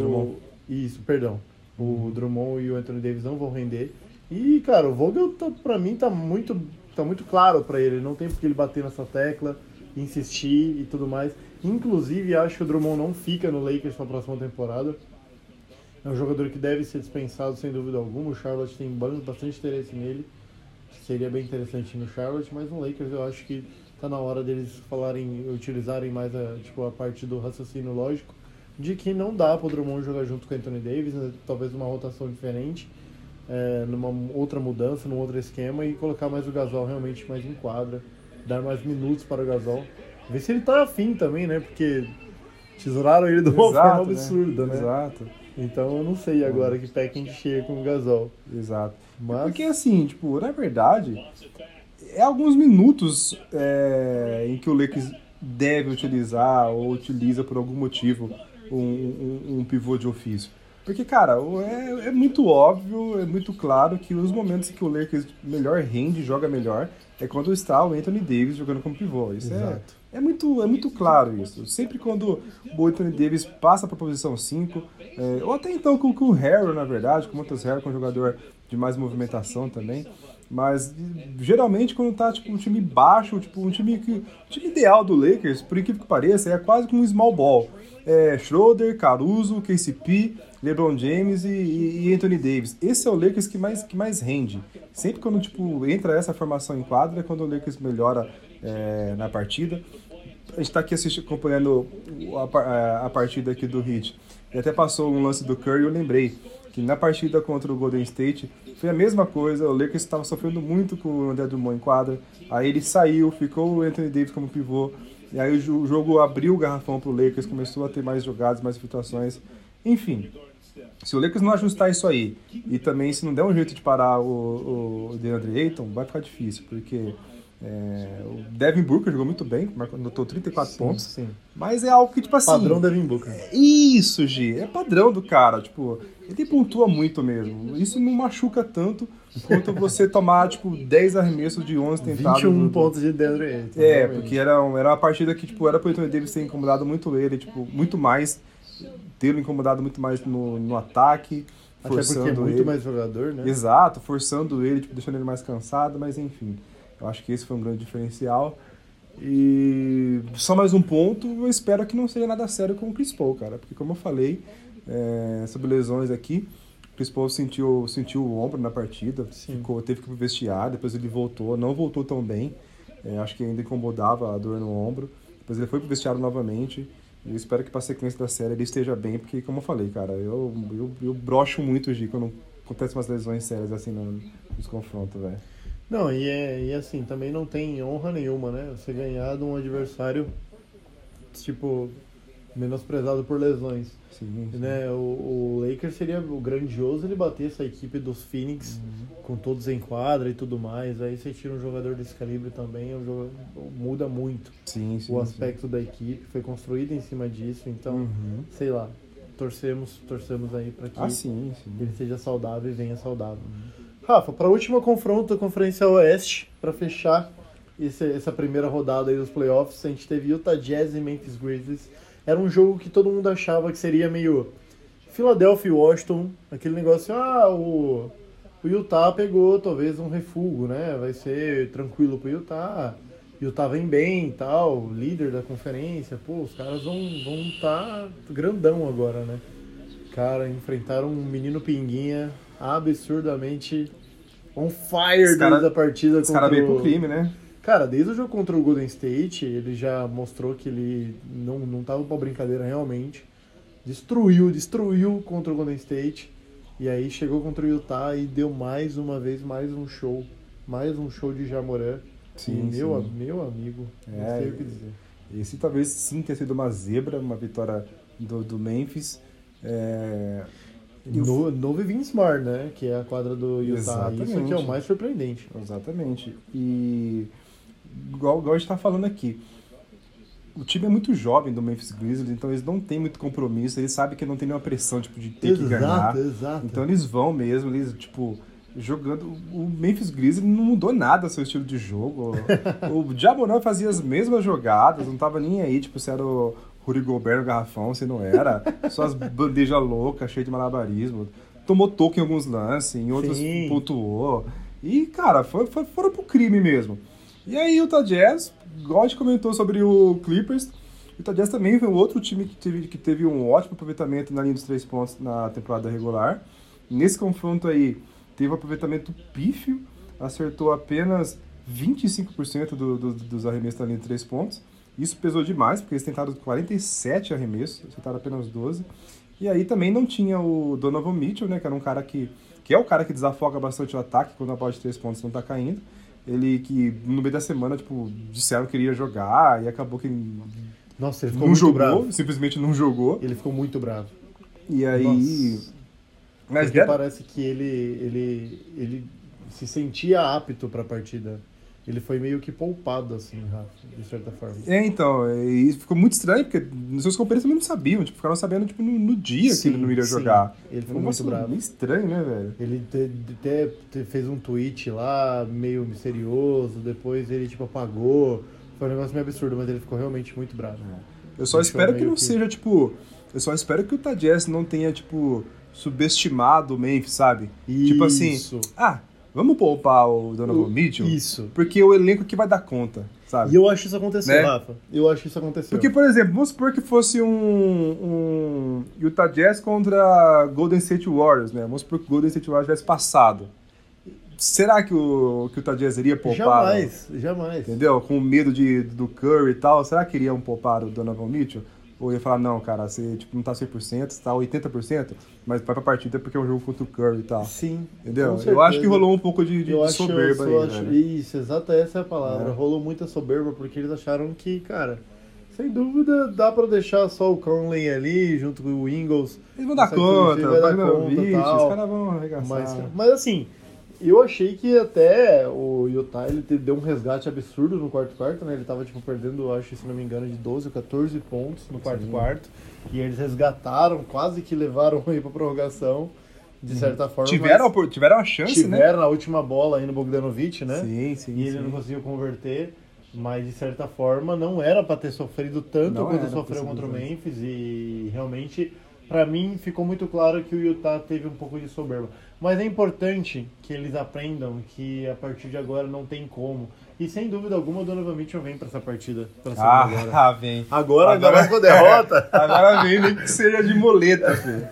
[SPEAKER 5] o Drummond e o Anthony Davis não vão render. E, cara, o Vogel, pra mim, tá muito claro pra ele. Não tem porque ele bater nessa tecla, insistir e tudo mais. Inclusive, acho que o Drummond não fica no Lakers pra próxima temporada. É um jogador que deve ser dispensado sem dúvida alguma. O Charlotte tem bastante interesse nele. Seria bem interessante no Charlotte, mas no Lakers eu acho que tá na hora deles utilizarem mais a parte do raciocínio lógico de que não dá pro Drummond jogar junto com o Anthony Davis, né? Talvez uma rotação diferente, numa outra mudança, num outro esquema, e colocar mais o Gasol realmente mais em quadra, dar mais minutos para o Gasol. Ver se ele tá afim também, né? Porque tesouraram ele de uma forma absurda, né?
[SPEAKER 6] Exato.
[SPEAKER 5] Então eu não sei agora que pé que a gente chega com o Gasol.
[SPEAKER 6] Exato.
[SPEAKER 5] Mas...
[SPEAKER 6] Porque assim, tipo, na verdade, é alguns minutos em que o Lakers deve utilizar ou utiliza por algum motivo um pivô de ofício. Porque, cara, é muito óbvio, é muito claro que os momentos em que o Lakers melhor rende, joga melhor, é quando está o Anthony Davis jogando como pivô. Isso é muito claro isso. Sempre quando o Anthony Davis passa para a posição 5, ou até então com o Harrell, na verdade, com o Montrezl Harrell, que é um jogador de mais movimentação também, mas geralmente quando tá tipo um time baixo, tipo um time ideal do Lakers, por incrível que pareça, é quase como um small ball. Schroeder, Caruso, KCP, LeBron James e Anthony Davis. Esse é o Lakers que mais rende. Sempre quando tipo entra essa formação em quadra é quando o Lakers melhora na partida. A gente tá aqui acompanhando a partida aqui do Heat. E até passou um lance do Curry, eu lembrei que na partida contra o Golden State foi a mesma coisa, o Lakers estava sofrendo muito com o André Drummond em quadra, aí ele saiu, ficou o Anthony Davis como pivô, e aí o jogo abriu o garrafão pro Lakers, começou a ter mais jogadas, mais filtrações, enfim. Se o Lakers não ajustar isso aí, e também se não der um jeito de parar o DeAndre Ayton, vai ficar difícil, porque o Devin Booker jogou muito bem, anotou 34 pontos,
[SPEAKER 5] sim.
[SPEAKER 6] Mas é algo que, tipo assim...
[SPEAKER 5] Padrão Devin Booker.
[SPEAKER 6] Isso, Gi, é padrão do cara, tipo, ele pontua muito mesmo, isso não machuca tanto quanto você tomar, tipo, 10 arremessos de 11 tentados.
[SPEAKER 5] 21 pontos de DeAndre Ayton.
[SPEAKER 6] Porque era uma partida que, tipo, era pro Anthony Davis ter incomodado muito ele, tipo, muito mais, tê-lo incomodado muito mais no ataque, forçando
[SPEAKER 5] até porque é muito
[SPEAKER 6] ele.
[SPEAKER 5] mais jogador, né?
[SPEAKER 6] Exato, forçando ele, tipo, deixando ele mais cansado, mas enfim, eu acho que esse foi um grande diferencial. E só mais um ponto, eu espero que não seja nada sério com o Chris Paul, cara, porque como eu falei sobre lesões aqui, o Chris Paul sentiu o ombro na partida, teve que ir pro vestiário, depois ele não voltou tão bem, acho que ainda incomodava a dor no ombro, depois ele foi pro vestiário novamente, e eu espero que pra sequência da série ele esteja bem, porque como eu falei, cara, eu broxo muito, Gi, quando acontecem umas lesões sérias assim nos confrontos, velho.
[SPEAKER 5] Não, e assim, também não tem honra nenhuma, né? Você ganhar de um adversário, tipo, menosprezado por lesões.
[SPEAKER 6] Sim.
[SPEAKER 5] Né? O Lakers seria o grandioso ele bater essa equipe dos Phoenix com todos em quadra e tudo mais. Aí você tira um jogador desse calibre também, muda muito o aspecto da equipe. Foi construído em cima disso, então, sei lá, torcemos aí para que ele seja saudável e venha saudável. Rafa, para o último confronto da Conferência Oeste, para fechar essa primeira rodada aí dos playoffs, a gente teve Utah Jazz e Memphis Grizzlies. Era um jogo que todo mundo achava que seria meio Philadelphia e Washington, aquele negócio, o Utah pegou talvez um refúgio, né? Vai ser tranquilo pro Utah. Utah vem bem e tal, líder da conferência, os caras vão tá grandão agora, né? Cara, enfrentaram um menino pinguinha absurdamente on fire desde a partida.
[SPEAKER 6] Esse cara veio pro crime, né?
[SPEAKER 5] Cara, desde o jogo contra o Golden State, ele já mostrou que ele não tava pra brincadeira realmente. Destruiu contra o Golden State. E aí chegou contra o Utah e deu mais uma vez mais um show de Ja Morant. Meu amigo, não sei o que dizer.
[SPEAKER 6] Esse talvez sim tenha sido uma zebra, uma vitória do Memphis.
[SPEAKER 5] No Vivint Smart, né? Que é a quadra do Utah.
[SPEAKER 6] Exatamente.
[SPEAKER 5] Isso que é o mais surpreendente.
[SPEAKER 6] Exatamente. E igual a gente tá falando aqui, o time é muito jovem do Memphis Grizzlies, então eles não têm muito compromisso, eles sabem que não tem nenhuma pressão de ter que ganhar.
[SPEAKER 5] Exato.
[SPEAKER 6] Então eles vão mesmo, eles jogando. O Memphis Grizzlies não mudou nada seu estilo de jogo. O Ja Morant fazia as mesmas jogadas, não tava nem aí, se era o Rudy Gobert no garrafão, se não era. Só as bandejas loucas, cheias de malabarismo. Tomou toque em alguns lances, em outros pontuou. E, cara, foram pro crime mesmo. E aí o Utah Jazz, igual a gente comentou sobre o Clippers, O Utah Jazz também foi um outro time que teve um ótimo aproveitamento na linha dos 3 pontos na temporada regular. Nesse confronto aí, teve um aproveitamento pífio, acertou apenas 25% dos arremessos na linha de 3 pontos. Isso pesou demais, porque eles tentaram 47 arremessos, acertaram apenas 12. E aí também não tinha o Donovan Mitchell, né, que era um cara que é o cara que desafoga bastante o ataque quando a bola de 3 pontos não tá caindo. Ele que no meio da semana, tipo, disseram que iria jogar e acabou que
[SPEAKER 5] Nossa, ele ficou
[SPEAKER 6] não
[SPEAKER 5] muito
[SPEAKER 6] jogou,
[SPEAKER 5] bravo.
[SPEAKER 6] simplesmente não jogou.
[SPEAKER 5] Ele ficou muito bravo.
[SPEAKER 6] E aí...
[SPEAKER 5] Nossa.
[SPEAKER 6] Mas
[SPEAKER 5] Porque parece que ele se sentia apto pra partida. Ele foi meio que poupado, assim, Rafa, de certa forma.
[SPEAKER 6] Então, e ficou muito estranho, porque os seus companheiros também não sabiam, tipo, ficaram sabendo tipo, no dia que ele não iria jogar.
[SPEAKER 5] Ele ficou
[SPEAKER 6] Um
[SPEAKER 5] muito
[SPEAKER 6] negócio
[SPEAKER 5] bravo.
[SPEAKER 6] meio estranho, né, velho?
[SPEAKER 5] Ele até fez um tweet lá, meio misterioso, depois ele, tipo, apagou. Foi um negócio meio absurdo, mas ele ficou realmente muito bravo.
[SPEAKER 6] Eu só
[SPEAKER 5] Deixou
[SPEAKER 6] espero que
[SPEAKER 5] meio
[SPEAKER 6] não
[SPEAKER 5] que-
[SPEAKER 6] seja, tipo... Eu só espero que o Utah Jazz não tenha, tipo, subestimado o Memphis, sabe? Tipo assim,
[SPEAKER 5] Isso.
[SPEAKER 6] vamos poupar o Donovan Mitchell?
[SPEAKER 5] Isso.
[SPEAKER 6] Porque o elenco que vai dar conta, sabe?
[SPEAKER 5] E eu acho isso acontecer,
[SPEAKER 6] Né?
[SPEAKER 5] Rafa. Eu acho isso acontecer.
[SPEAKER 6] Porque, por exemplo, vamos supor que fosse um Utah Jazz contra Golden State Warriors, né? Vamos supor que o Golden State Warriors tivesse passado. Será que o Utah Jazz iria poupar?
[SPEAKER 5] Jamais.
[SPEAKER 6] Entendeu? Com medo do Curry e tal. Será que iriam poupar o Donovan Mitchell? Ou ia falar, não, cara, você tipo, não tá 100%, você tá 80%, mas vai pra partida porque é um jogo contra o Curry e tal.
[SPEAKER 5] Sim.
[SPEAKER 6] Entendeu?
[SPEAKER 5] com
[SPEAKER 6] Eu
[SPEAKER 5] certeza.
[SPEAKER 6] acho que rolou um pouco de
[SPEAKER 5] Eu acho-
[SPEAKER 6] soberba
[SPEAKER 5] eu
[SPEAKER 6] aí,
[SPEAKER 5] acho-
[SPEAKER 6] velho.
[SPEAKER 5] Isso, exato, essa é a palavra.
[SPEAKER 6] É.
[SPEAKER 5] Rolou muita soberba porque eles acharam que, cara, sem dúvida dá pra deixar só o Conley ali junto com o Ingles.
[SPEAKER 6] Eles vão dar
[SPEAKER 5] Consegue substituir,
[SPEAKER 6] conta,
[SPEAKER 5] vai dar
[SPEAKER 6] Bogdanovic,
[SPEAKER 5] conta e
[SPEAKER 6] os
[SPEAKER 5] tal.
[SPEAKER 6] caras vão arregaçar.
[SPEAKER 5] Mas assim, eu achei que até o Utah ele deu um resgate absurdo no quarto, né? Ele tava tipo perdendo, acho, se não me engano, de 12 ou 14 pontos no quarto. E eles resgataram, quase que levaram aí pra prorrogação, de certa forma.
[SPEAKER 6] Tiveram a
[SPEAKER 5] mas
[SPEAKER 6] chance, né?
[SPEAKER 5] tiveram a última bola aí no Bogdanovic, né?
[SPEAKER 6] Sim.
[SPEAKER 5] E ele não conseguiu converter, mas de certa forma não era pra ter sofrido tanto
[SPEAKER 6] Não
[SPEAKER 5] quanto
[SPEAKER 6] era
[SPEAKER 5] sofreu
[SPEAKER 6] pra
[SPEAKER 5] contra o
[SPEAKER 6] sofrer.
[SPEAKER 5] Memphis. E realmente, pra mim, ficou muito claro que o Utah teve um pouco de soberba. Mas é importante que eles aprendam que a partir de agora não tem como. E sem dúvida alguma o Donovan Mitchell vem pra essa partida. Pra ser agora.
[SPEAKER 6] Vem.
[SPEAKER 5] Agora, ainda mais com a derrota.
[SPEAKER 6] Agora vem, nem que seja de moleta, filho.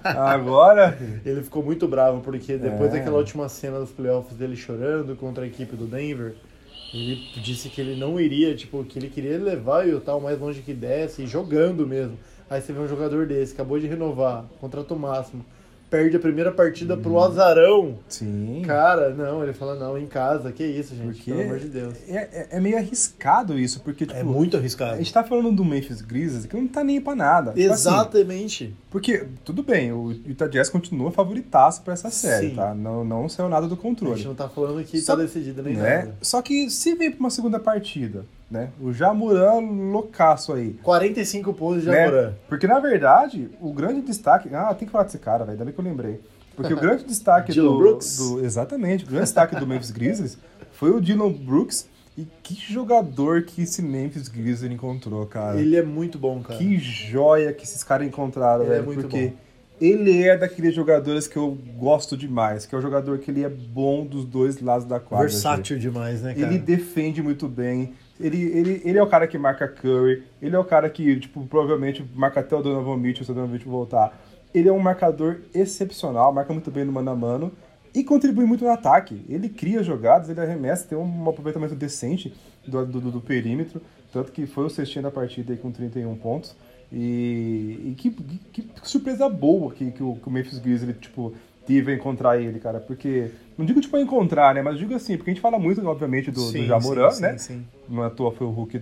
[SPEAKER 6] Agora, filho.
[SPEAKER 5] Ele ficou muito bravo, porque depois
[SPEAKER 6] É.
[SPEAKER 5] daquela última cena dos playoffs dele chorando contra a equipe do Denver, ele disse que ele não iria, tipo, que ele queria levar o Utah o mais longe que desse, e jogando mesmo. Aí você vê um jogador desse, acabou de renovar, contrato máximo, perde a primeira partida pro azarão.
[SPEAKER 6] Sim.
[SPEAKER 5] Cara, não, ele fala, não, em casa, que isso, gente,
[SPEAKER 6] Porque
[SPEAKER 5] pelo amor de Deus.
[SPEAKER 6] é meio arriscado isso, porque, tipo,
[SPEAKER 5] É muito
[SPEAKER 6] a
[SPEAKER 5] arriscado.
[SPEAKER 6] gente tá falando do Memphis Grizzlies que não tá nem pra nada. Tipo assim,
[SPEAKER 5] Exatamente.
[SPEAKER 6] porque, tudo bem, o Utah Jazz continua favoritaço pra essa série,
[SPEAKER 5] Sim.
[SPEAKER 6] tá? Não saiu nada do
[SPEAKER 5] A
[SPEAKER 6] controle.
[SPEAKER 5] gente não tá falando que
[SPEAKER 6] Só-
[SPEAKER 5] tá decidido nem
[SPEAKER 6] Né?
[SPEAKER 5] nada.
[SPEAKER 6] Só que se vem pra uma segunda partida, né? O Jamoran loucaço aí.
[SPEAKER 5] 45 pontos de
[SPEAKER 6] Né?
[SPEAKER 5] Jamoran.
[SPEAKER 6] Porque, na verdade, o grande destaque... tem que falar desse cara, velho. Ainda bem que eu lembrei. Porque o grande destaque
[SPEAKER 5] Dylan Brooks?
[SPEAKER 6] Exatamente. O grande destaque do Memphis Grizzlies foi o Dylan Brooks. E que jogador que esse Memphis Grizzlies encontrou, cara.
[SPEAKER 5] Ele é muito bom, cara.
[SPEAKER 6] Que joia que esses caras encontraram,
[SPEAKER 5] Ele é
[SPEAKER 6] velho.
[SPEAKER 5] muito
[SPEAKER 6] Porque
[SPEAKER 5] bom.
[SPEAKER 6] ele é daqueles jogadores que eu gosto demais. Que é o jogador que ele é bom dos dois lados da quadra. gente.
[SPEAKER 5] Versátil demais, né, cara?
[SPEAKER 6] Ele defende muito bem. Ele é o cara que marca Curry. Ele é o cara que, tipo, provavelmente marca até o Donovan Mitchell se o Donovan Mitchell voltar. Ele é um marcador excepcional, marca muito bem no mano a mano e contribui muito no ataque. Ele cria jogadas, ele arremessa, tem um aproveitamento decente do perímetro. Tanto que foi o cestinho da partida aí com 31 pontos. E que surpresa boa que o Memphis Grizzlies, tipo, teve a encontrar ele, cara. Porque, não digo tipo a encontrar, né? Mas digo assim, porque a gente fala muito, obviamente, do Jamoran, né?
[SPEAKER 5] Sim.
[SPEAKER 6] Não à toa foi o Hulk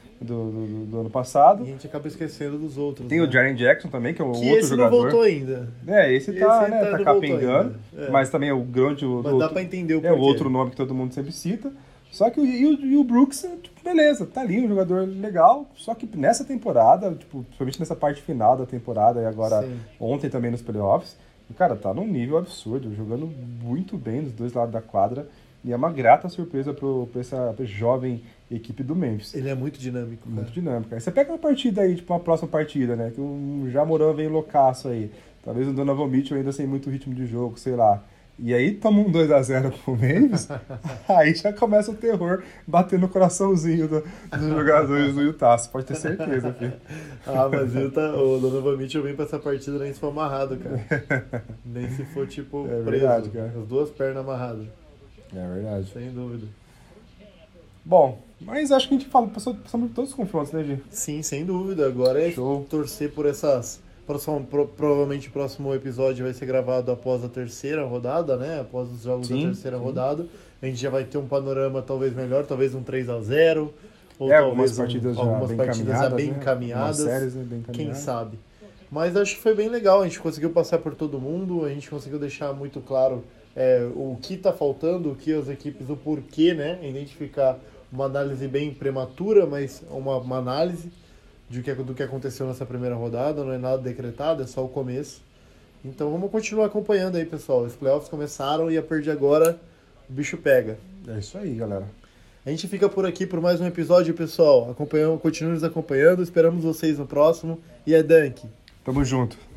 [SPEAKER 6] do ano passado.
[SPEAKER 5] E a gente acaba esquecendo dos outros.
[SPEAKER 6] Tem
[SPEAKER 5] né?
[SPEAKER 6] o Jaren Jackson também, que é um
[SPEAKER 5] que
[SPEAKER 6] outro
[SPEAKER 5] esse
[SPEAKER 6] jogador.
[SPEAKER 5] não voltou ainda.
[SPEAKER 6] Esse tá,
[SPEAKER 5] Esse
[SPEAKER 6] né,
[SPEAKER 5] não
[SPEAKER 6] tá
[SPEAKER 5] voltou
[SPEAKER 6] capengando.
[SPEAKER 5] ainda. É.
[SPEAKER 6] Mas também é o grande...
[SPEAKER 5] Mas dá pra entender o
[SPEAKER 6] É o
[SPEAKER 5] porquê.
[SPEAKER 6] outro nome que todo mundo sempre cita. Só que o Brooks, tipo, beleza, tá ali, um jogador legal. Só que nessa temporada, tipo, principalmente nessa parte final da temporada, e agora
[SPEAKER 5] Sim.
[SPEAKER 6] ontem também nos playoffs, o cara tá num nível absurdo, jogando muito bem dos dois lados da quadra. E é uma grata surpresa pra essa jovem equipe do Memphis.
[SPEAKER 5] Ele é muito dinâmico, cara.
[SPEAKER 6] Muito dinâmica. Aí você pega uma partida aí, tipo uma próxima partida, né? Que o Jamoran vem loucaço aí. Talvez o Donovan Mitchell ainda sem muito ritmo de jogo, sei lá. E aí toma um 2x0 pro Memphis, aí já começa o terror bater no coraçãozinho dos jogadores do Utah, você pode ter certeza, filho.
[SPEAKER 5] Mas o Donovan Mitchell vem pra essa partida nem se for amarrado, cara. Nem se for, tipo,
[SPEAKER 6] É
[SPEAKER 5] preso.
[SPEAKER 6] verdade, cara.
[SPEAKER 5] As duas pernas amarradas.
[SPEAKER 6] É verdade.
[SPEAKER 5] Sem dúvida.
[SPEAKER 6] Bom, mas acho que a gente passou por todos os confrontos, né, Gi?
[SPEAKER 5] Sim, sem dúvida. Agora é
[SPEAKER 6] Show.
[SPEAKER 5] torcer por essas... Provavelmente o próximo episódio vai ser gravado após a terceira rodada, né? Após os jogos da terceira rodada. A gente já vai ter um panorama talvez melhor, talvez um 3x0. Ou
[SPEAKER 6] algumas
[SPEAKER 5] talvez
[SPEAKER 6] partidas já
[SPEAKER 5] algumas
[SPEAKER 6] bem
[SPEAKER 5] partidas já bem
[SPEAKER 6] encaminhadas,
[SPEAKER 5] encaminhadas.
[SPEAKER 6] né? Umas séries, né, bem
[SPEAKER 5] Quem
[SPEAKER 6] encaminhadas.
[SPEAKER 5] sabe? Mas acho que foi bem legal. A gente conseguiu passar por todo mundo. A gente conseguiu deixar muito claro o que está faltando, o que as equipes, o porquê, né? Identificar uma análise bem prematura, mas uma análise do que aconteceu nessa primeira rodada. Não é nada decretado, é só o começo. Então vamos continuar acompanhando aí, pessoal. Os playoffs começaram e a partir de agora o bicho pega.
[SPEAKER 6] É isso aí, galera.
[SPEAKER 5] A gente fica por aqui por mais um episódio, pessoal. Continue nos acompanhando. Esperamos vocês no próximo. E é Dunk.
[SPEAKER 6] Tamo junto.